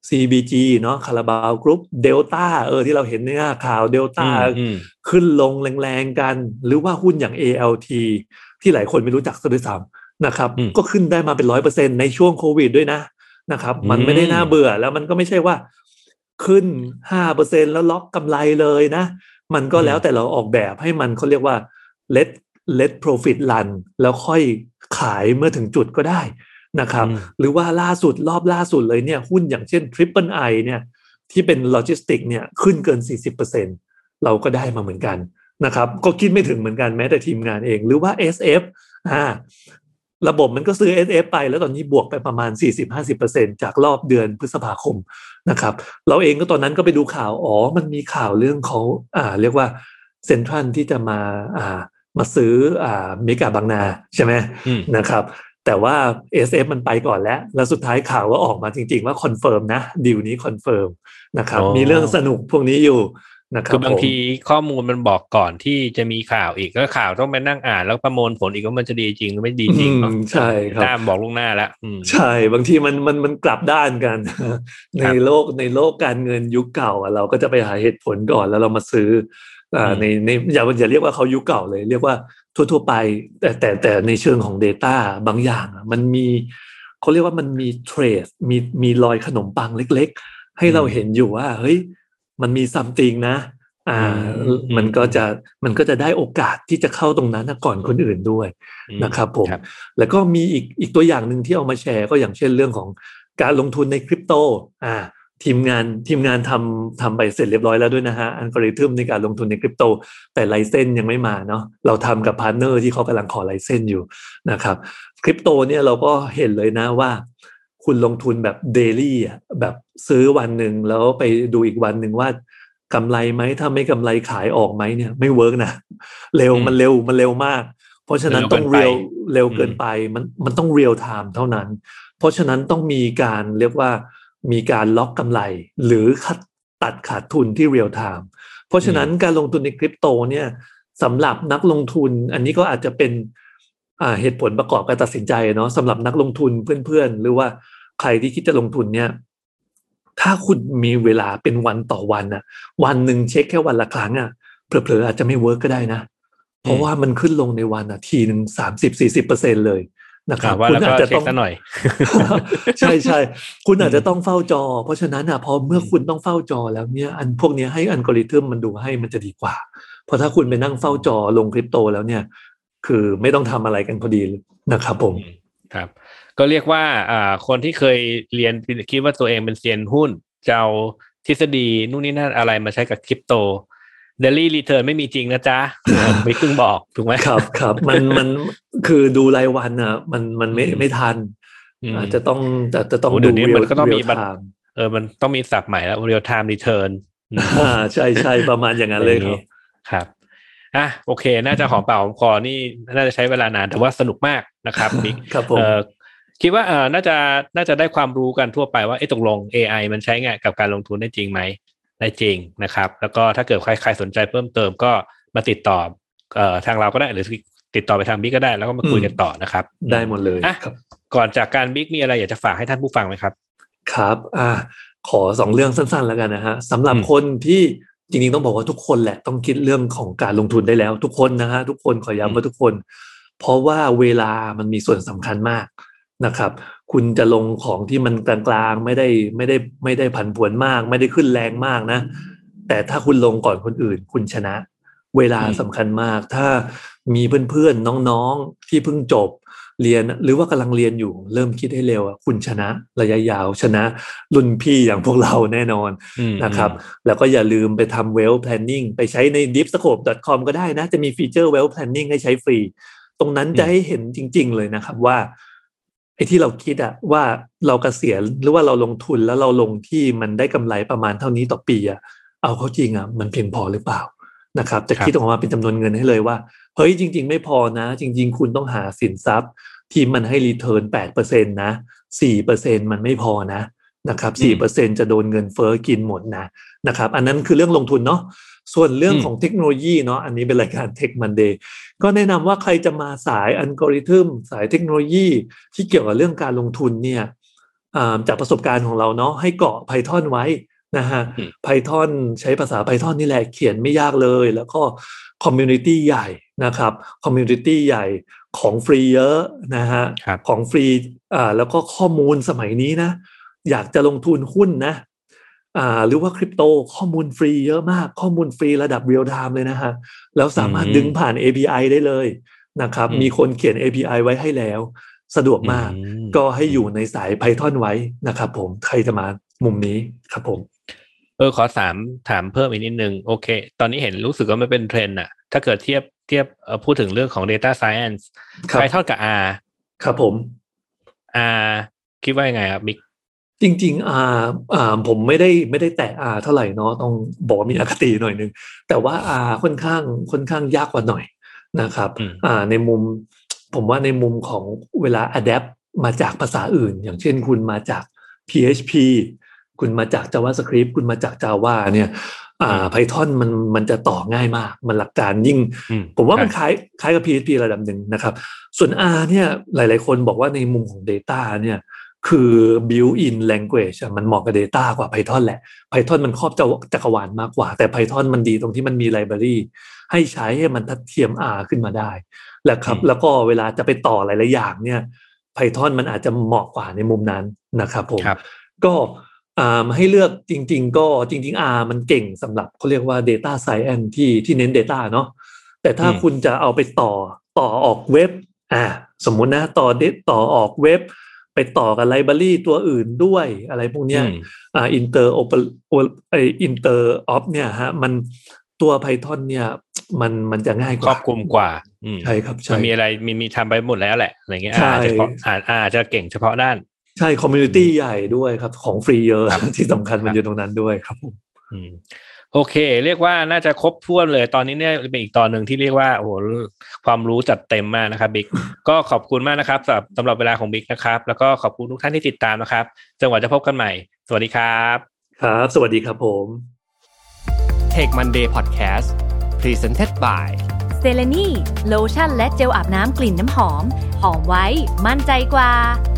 Speaker 4: ซี บี จี เนาะคาราบาวกรุ๊ปเดลต้าเออที่เราเห็นในหน้าข่าวเดลต้าขึ้นลงแรงๆกันหรือว่าหุ้นอย่าง เอ แอล ที ที่หลายคนไม่รู้จักซะด้วยซ้ำนะครับก็ขึ้นได้มาเป็น ร้อยเปอร์เซ็นต์ ในช่วงโควิดด้วยนะนะครับมันไม่ได้น่าเบื่อแล้วมันก็ไม่ใช่ว่าขึ้น ห้าเปอร์เซ็นต์ แล้วล็อกกำไรเลยนะมันก็แล้วแต่เราออกแบบให้มันเขาเรียกว่า let let profit run แล้วค่อยขายเมื่อถึงจุดก็ได้นะครับหรือว่าล่าสุดรอบล่าสุดเลยเนี่ยหุ้นอย่างเช่น Triple I เนี่ยที่เป็นโลจิสติกเนี่ยขึ้นเกิน สี่สิบเปอร์เซ็นต์ เราก็ได้มาเหมือนกันนะครับก็คิดไม่ถึงเหมือนกันแม้แต่ทีมงานเองหรือว่า เอส เอฟ อ่าระบบมันก็ซื้อ เอส เอฟ ไปแล้วตอนนี้บวกไปประมาณ สี่สิบถึงห้าสิบเปอร์เซ็นต์ จากรอบเดือนพฤษภาคมนะครับเราเองก็ตอนนั้นก็ไปดูข่าวอ๋อมันมีข่าวเรื่องของอ่าเรียกว่าเซ็นทรัลที่จะมาอ่ามาซื้ออ่าเมกะบางนาใช่ไหมนะครับแต่ว่า เอส เอฟ มันไปก่อนแล้วแล้วสุดท้ายข่าวก็ออกมาจริงๆว่าคอนเฟิร์มนะดีลนี้คอนเฟิร์มนะครับมีเรื่องสนุกพวกนี้อยู่นะครับคื
Speaker 1: อบางทีข้อมูลมันบอกก่อนที่จะมีข่าวอีกก็ข่าวต้องไปนั่งอ่านแล้วประมวลผลอีกว่ามันจะดีจริงหรือไม่ดีจริงเนาะ
Speaker 4: ใช่ครับ
Speaker 1: ตามบอกล่วงหน้าแล้ว
Speaker 4: ใช่บางทีมันมันมันกลับด้านกันในโลกในโลกการเงินยุคเก่าเราก็จะไปหาเหตุผลก่อนแล้วเรามาซื้ออ่าในในอย่าอย่าเรียกว่าเขายุคเก่าเลยเรียกว่าทั่วๆไปแต่แต่แต่ในเชิงของ data บางอย่างมันมีเขาเรียกว่ามันมีเทรดมีมีรอยขนมปังเล็กๆให้เราเห็นอยู่ว่าเฮ้ยมันมี something นะอ่ามันก็จะมันก็จะได้โอกาสที่จะเข้าตรงนั้นก่อนคนอื่นด้วยนะครับผมแล้วก็มีอีกอีกตัวอย่างหนึ่งที่เอามาแชร์ก็อย่างเช่นเรื่องของการลงทุนในคริปโตอ่าทีมงานทีมงานทำทำไปเสร็จเรียบร้อยแล้วด้วยนะฮะอัลกอริทึมในการลงทุนในคริปโตแต่ไลเซนส์ยังไม่มาเนาะเราทำกับพาร์ทเนอร์ที่เขากำลังขอไลเซนส์อยู่นะครับคริปโตเนี่ยเราก็เห็นเลยนะว่าคุณลงทุนแบบเดลี่อ่ะแบบซื้อวันหนึ่งแล้วไปดูอีกวันหนึ่งว่ากำไรไหมถ้าไม่กำไรขายออกไหมเนี่ยไม่เวิร์กนะเร็วมันเร็วมันเร็วมากเพราะฉะนั้นต้องเร็วเร็วเกินไปมันมันต้องเรียลไทม์เท่านั้นเพราะฉะนั้นต้องมีการเรียกว่ามีการล็อกกำไรหรือคัดตัดขาดทุนที่เรียลไทม์เพราะฉะนั้นการลงทุนในคริปโตเนี่ยสำหรับนักลงทุนอันนี้ก็อาจจะเป็นอ่าเหตุผลประกอบการตัดสินใจเนาะสำหรับนักลงทุนเพื่อนๆหรือว่าใครที่คิดจะลงทุนเนี่ยถ้าคุณมีเวลาเป็นวันต่อวันน่ะวันหนึ่งเช็คแค่วันละครั้งอ่ะเผลอๆอาจจะไม่เวิร์กก็ได้นะเพราะว่ามันขึ้นลงในวันอ่ะทีนึง สามสิบถึงสี่สิบเปอร์เซ็นต์ เลยนะครับ
Speaker 1: คุณอาจจะต้องหน่อย
Speaker 4: ใช่ๆคุณอาจจะต้องเฝ้าจอเพราะฉะนั้นอ่ะพอเมื่อคุณต้องเฝ้าจอแล้วเนี่ยอันพวกนี้ให้อัลกอริทึมมันดูให้มันจะดีกว่าเพราะถ้าคุณไปนั่งเฝ้าจอลงคริปโตแล้วเนี่ยคือไม่ต้องทำอะไรกันพอดีนะครับผม
Speaker 1: ครับก็เรียกว่าอ่าคนที่เคยเรียนคิดว่าตัวเองเป็นเซียนหุ้นจะเอาทฤษฎีนู่นนี่นั่นอะไรมาใช้กับคริปโตเดลี่รีเทิร์นไม่มีจริงนะจ๊ะไม่ครึ่งบอกถูกไหม
Speaker 4: ครับครับมันมันคือดูรายวันอ่ะมันมันไม่ไม่ทันอาจจะต้องจะจะต้อง
Speaker 1: ดูเรียลก็ต้องมีเออมันต้องมีศัพท์ใหม่แล้ว real time return
Speaker 4: อ่าใช่ใช่ประมาณอย่างนั้นเลยครับ
Speaker 1: ครับอ่ะโอเคน่าจะหอมปากหอมคอนี่น่าจะใช้เวลานานแต่ว่าสนุกมากนะครับบิ๊กเอ่อคิดว่าเออน่าจะน่าจะได้ความรู้กันทั่วไปว่าไอ้ตกลง เอ ไอ มันใช้ไงกับการลงทุนได้จริงไหมได้จริงนะครับแล้วก็ถ้าเกิดใครใครสนใจเพิ่มเติมก็มาติดต่อเอ่อทางเราก็ได้หรือติดต่อไปทางบิ๊กก็ได้แล้วก็มาคุยกันต่อนะครับ
Speaker 4: ได้หมดเลย
Speaker 1: ครับก่อนจากการบิ๊กมีอะไรอยากจะฝากให้ท่านผู้ฟังไหมครับ
Speaker 4: ครับอ่าขอสองเรื่องสั้นๆแล้วกันนะฮะสำหรับคนที่จริงๆต้องบอกว่าทุกคนแหละต้องคิดเรื่องของการลงทุนได้แล้วทุกคนนะฮะทุกคนขอย้ำว่าทุกคนเพราะว่าเวลามันมีส่วนสำคัญมากนะครับคุณจะลงของที่มันกลางๆไม่ได้ไม่ได้ไม่ได้ผันผวนมากไม่ได้ขึ้นแรงมากนะแต่ถ้าคุณลงก่อนคนอื่นคุณชนะเวลาสำคัญมากถ้ามีเพื่อนๆน้องๆที่เพิ่งจบเรียนหรือว่ากำลังเรียนอยู่เริ่มคิดให้เร็วอ่ะคุณชนะระยะยาวชนะรุ่นพี่อย่างพวกเราแน่นอนนะครับแล้วก็อย่าลืมไปทำ wealth planning ไปใช้ใน deep scope dot com ก็ได้นะจะมีฟีเจอร์ wealth planning ให้ใช้ฟรีตรงนั้นจะให้เห็นจริงๆเลยนะครับว่าไอ้ที่เราคิดอะว่าเราเกษียณหรือว่าเราลงทุนแล้วเราลงที่มันได้กำไรประมาณเท่านี้ต่อปีอะเอาเข้าจริงอะมันเพียงพอหรือเปล่านะครับจะคิดออกมาเป็นจำนวนเงินให้เลยว่าเฮ้ยจริงๆไม่พอนะจริงๆคุณต้องหาสินทรัพย์ที่มันให้รีเทิร์น แปดเปอร์เซ็นต์ นะ สี่เปอร์เซ็นต์ มันไม่พอนะนะครับ สี่เปอร์เซ็นต์ จะโดนเงินเฟ้อกินหมดนะนะครับอันนั้นคือเรื่องลงทุนเนาะส่วนเรื่องของเทคโนโลยีเนาะอันนี้เป็นรายการ Tech Monday ก็แนะนำว่าใครจะมาสายอัลกอริทึมสายเทคโนโลยีที่เกี่ยวกับเรื่องการลงทุนเนี่ยจากประสบการณ์ของเราเนาะให้เกาะ Python ไว้นะฮะ Python ใช้ภาษา Python นี่แหละเขียนไม่ยากเลยแล้วก็คอมมูนิตี้ใหญ่นะครับคอมมูนิตี้ใหญ่ของฟรีเยอะนะฮะของฟรีอ่าแล้วก็ข้อมูลสมัยนี้นะอยากจะลงทุนหุ้นนะอ่าหรือว่าคริปโตข้อมูลฟรีเยอะมากข้อมูลฟรีระดับเรียลไทม์เลยนะฮะแล้วสามารถดึงผ่าน เอ พี ไอ ได้เลยนะครับมีคนเขียน เอ พี ไอ ไว้ให้แล้วสะดวกมากก็ให้อยู่ในสาย Python ไว้นะครับผมใครจะมามุมนี้ครับผม
Speaker 1: เออขอถามถามเพิ่มอีกนิดนึงโอเคตอนนี้เห็นรู้สึกว่ามันเป็นเทรนด์อะถ้าเกิดเทียบเทียบเอ่อพูดถึงเรื่องของ data science Python กับ R
Speaker 4: ครับผม
Speaker 1: R คิดว่ายังไงครับบิ๊ก
Speaker 4: จริงๆ R อ่าผมไม่ได้ไม่ได้แตะ R เท่าไหร่เนาะต้องบอกมีอคติหน่อยนึงแต่ว่า R ค่อนข้างค่อนข้างยากกว่าหน่อยนะครับอ่าในมุมผมว่าในมุมของเวลา adapt มาจากภาษาอื่นอย่างเช่นคุณมาจาก พี เอช พี คุณมาจาก JavaScript คุณมาจาก Java เนี่ยอ่า Python มันมันจะต่อง่ายมากมันหลักการยิ่งผมว่ามันคล้ายคล้ายกับ พี เอช พี ระดับหนึ่งนะครับส่วน R เนี่ยหลายๆคนบอกว่าในมุมของ data เนี่ยคือ built-in language มันเหมาะกับ data กว่า Python แหละ Python มันครอบจักรวาลมากกว่าแต่ Python มันดีตรงที่มันมี library ให้ใช้ให้มันทัดเทียม R ขึ้นมาได้แล้วครับแล้วก็เวลาจะไปต่อหลายๆอย่างเนี่ย Python มันอาจจะเหมาะกว่าในมุมนั้นนะครับผมก็อ่าให้เลือกจริงๆก็จริงๆ R มันเก่งสำหรับเขาเรียกว่า data science ที่ที่เน้น data เนาะแต่ถ้าคุณจะเอาไปต่อต่อออกเว็บอ่าสมมุตินะต่อต่อออกเว็บไปต่อกับไลบรารีตัวอื่นด้วยอะไรพวกเนี้ยอ่า inter op ไอ inter op เนี่ยฮะมันตัว Python เนี่ยมันมันจะง่ายกว่า
Speaker 1: ครอบคลุมกว่า
Speaker 4: ใช่ครับใช่
Speaker 1: มันมีอะไรมีมีทำไปหมดแล้วแหละอะไรเงี้ยอาจจะเฉพาะอาจจะเก่งเฉพาะด้าน
Speaker 4: ใช่คอมมูนิตี้ใหญ่ด้วยครับของฟรีเยอะที่สำคัญมันอยู่ตรงนั้นด้วยครับผม
Speaker 1: โอเคเรียกว่าน่าจะครบถ้วนเลยตอนนี้เนี่ยเป็นอีกตอนหนึ่งที่เรียกว่าโอ้โหความรู้จัดเต็มมากนะครับบิ๊ก ก็ขอบคุณมากนะครับสำหรับสำหรับเวลาของบิ๊กนะครับแล้วก็ขอบคุณทุกท่านที่ติดตามนะครับจนกว่าจะพบกันใหม่สวัสดีครับ
Speaker 4: ครับสวัสดีครับผม
Speaker 2: Tech Monday Podcast Presented by
Speaker 3: เซเลนีโลชั่นและเจลอาบน้ำกลิ่นน้ำหอมหอมไว้มั่นใจกว่า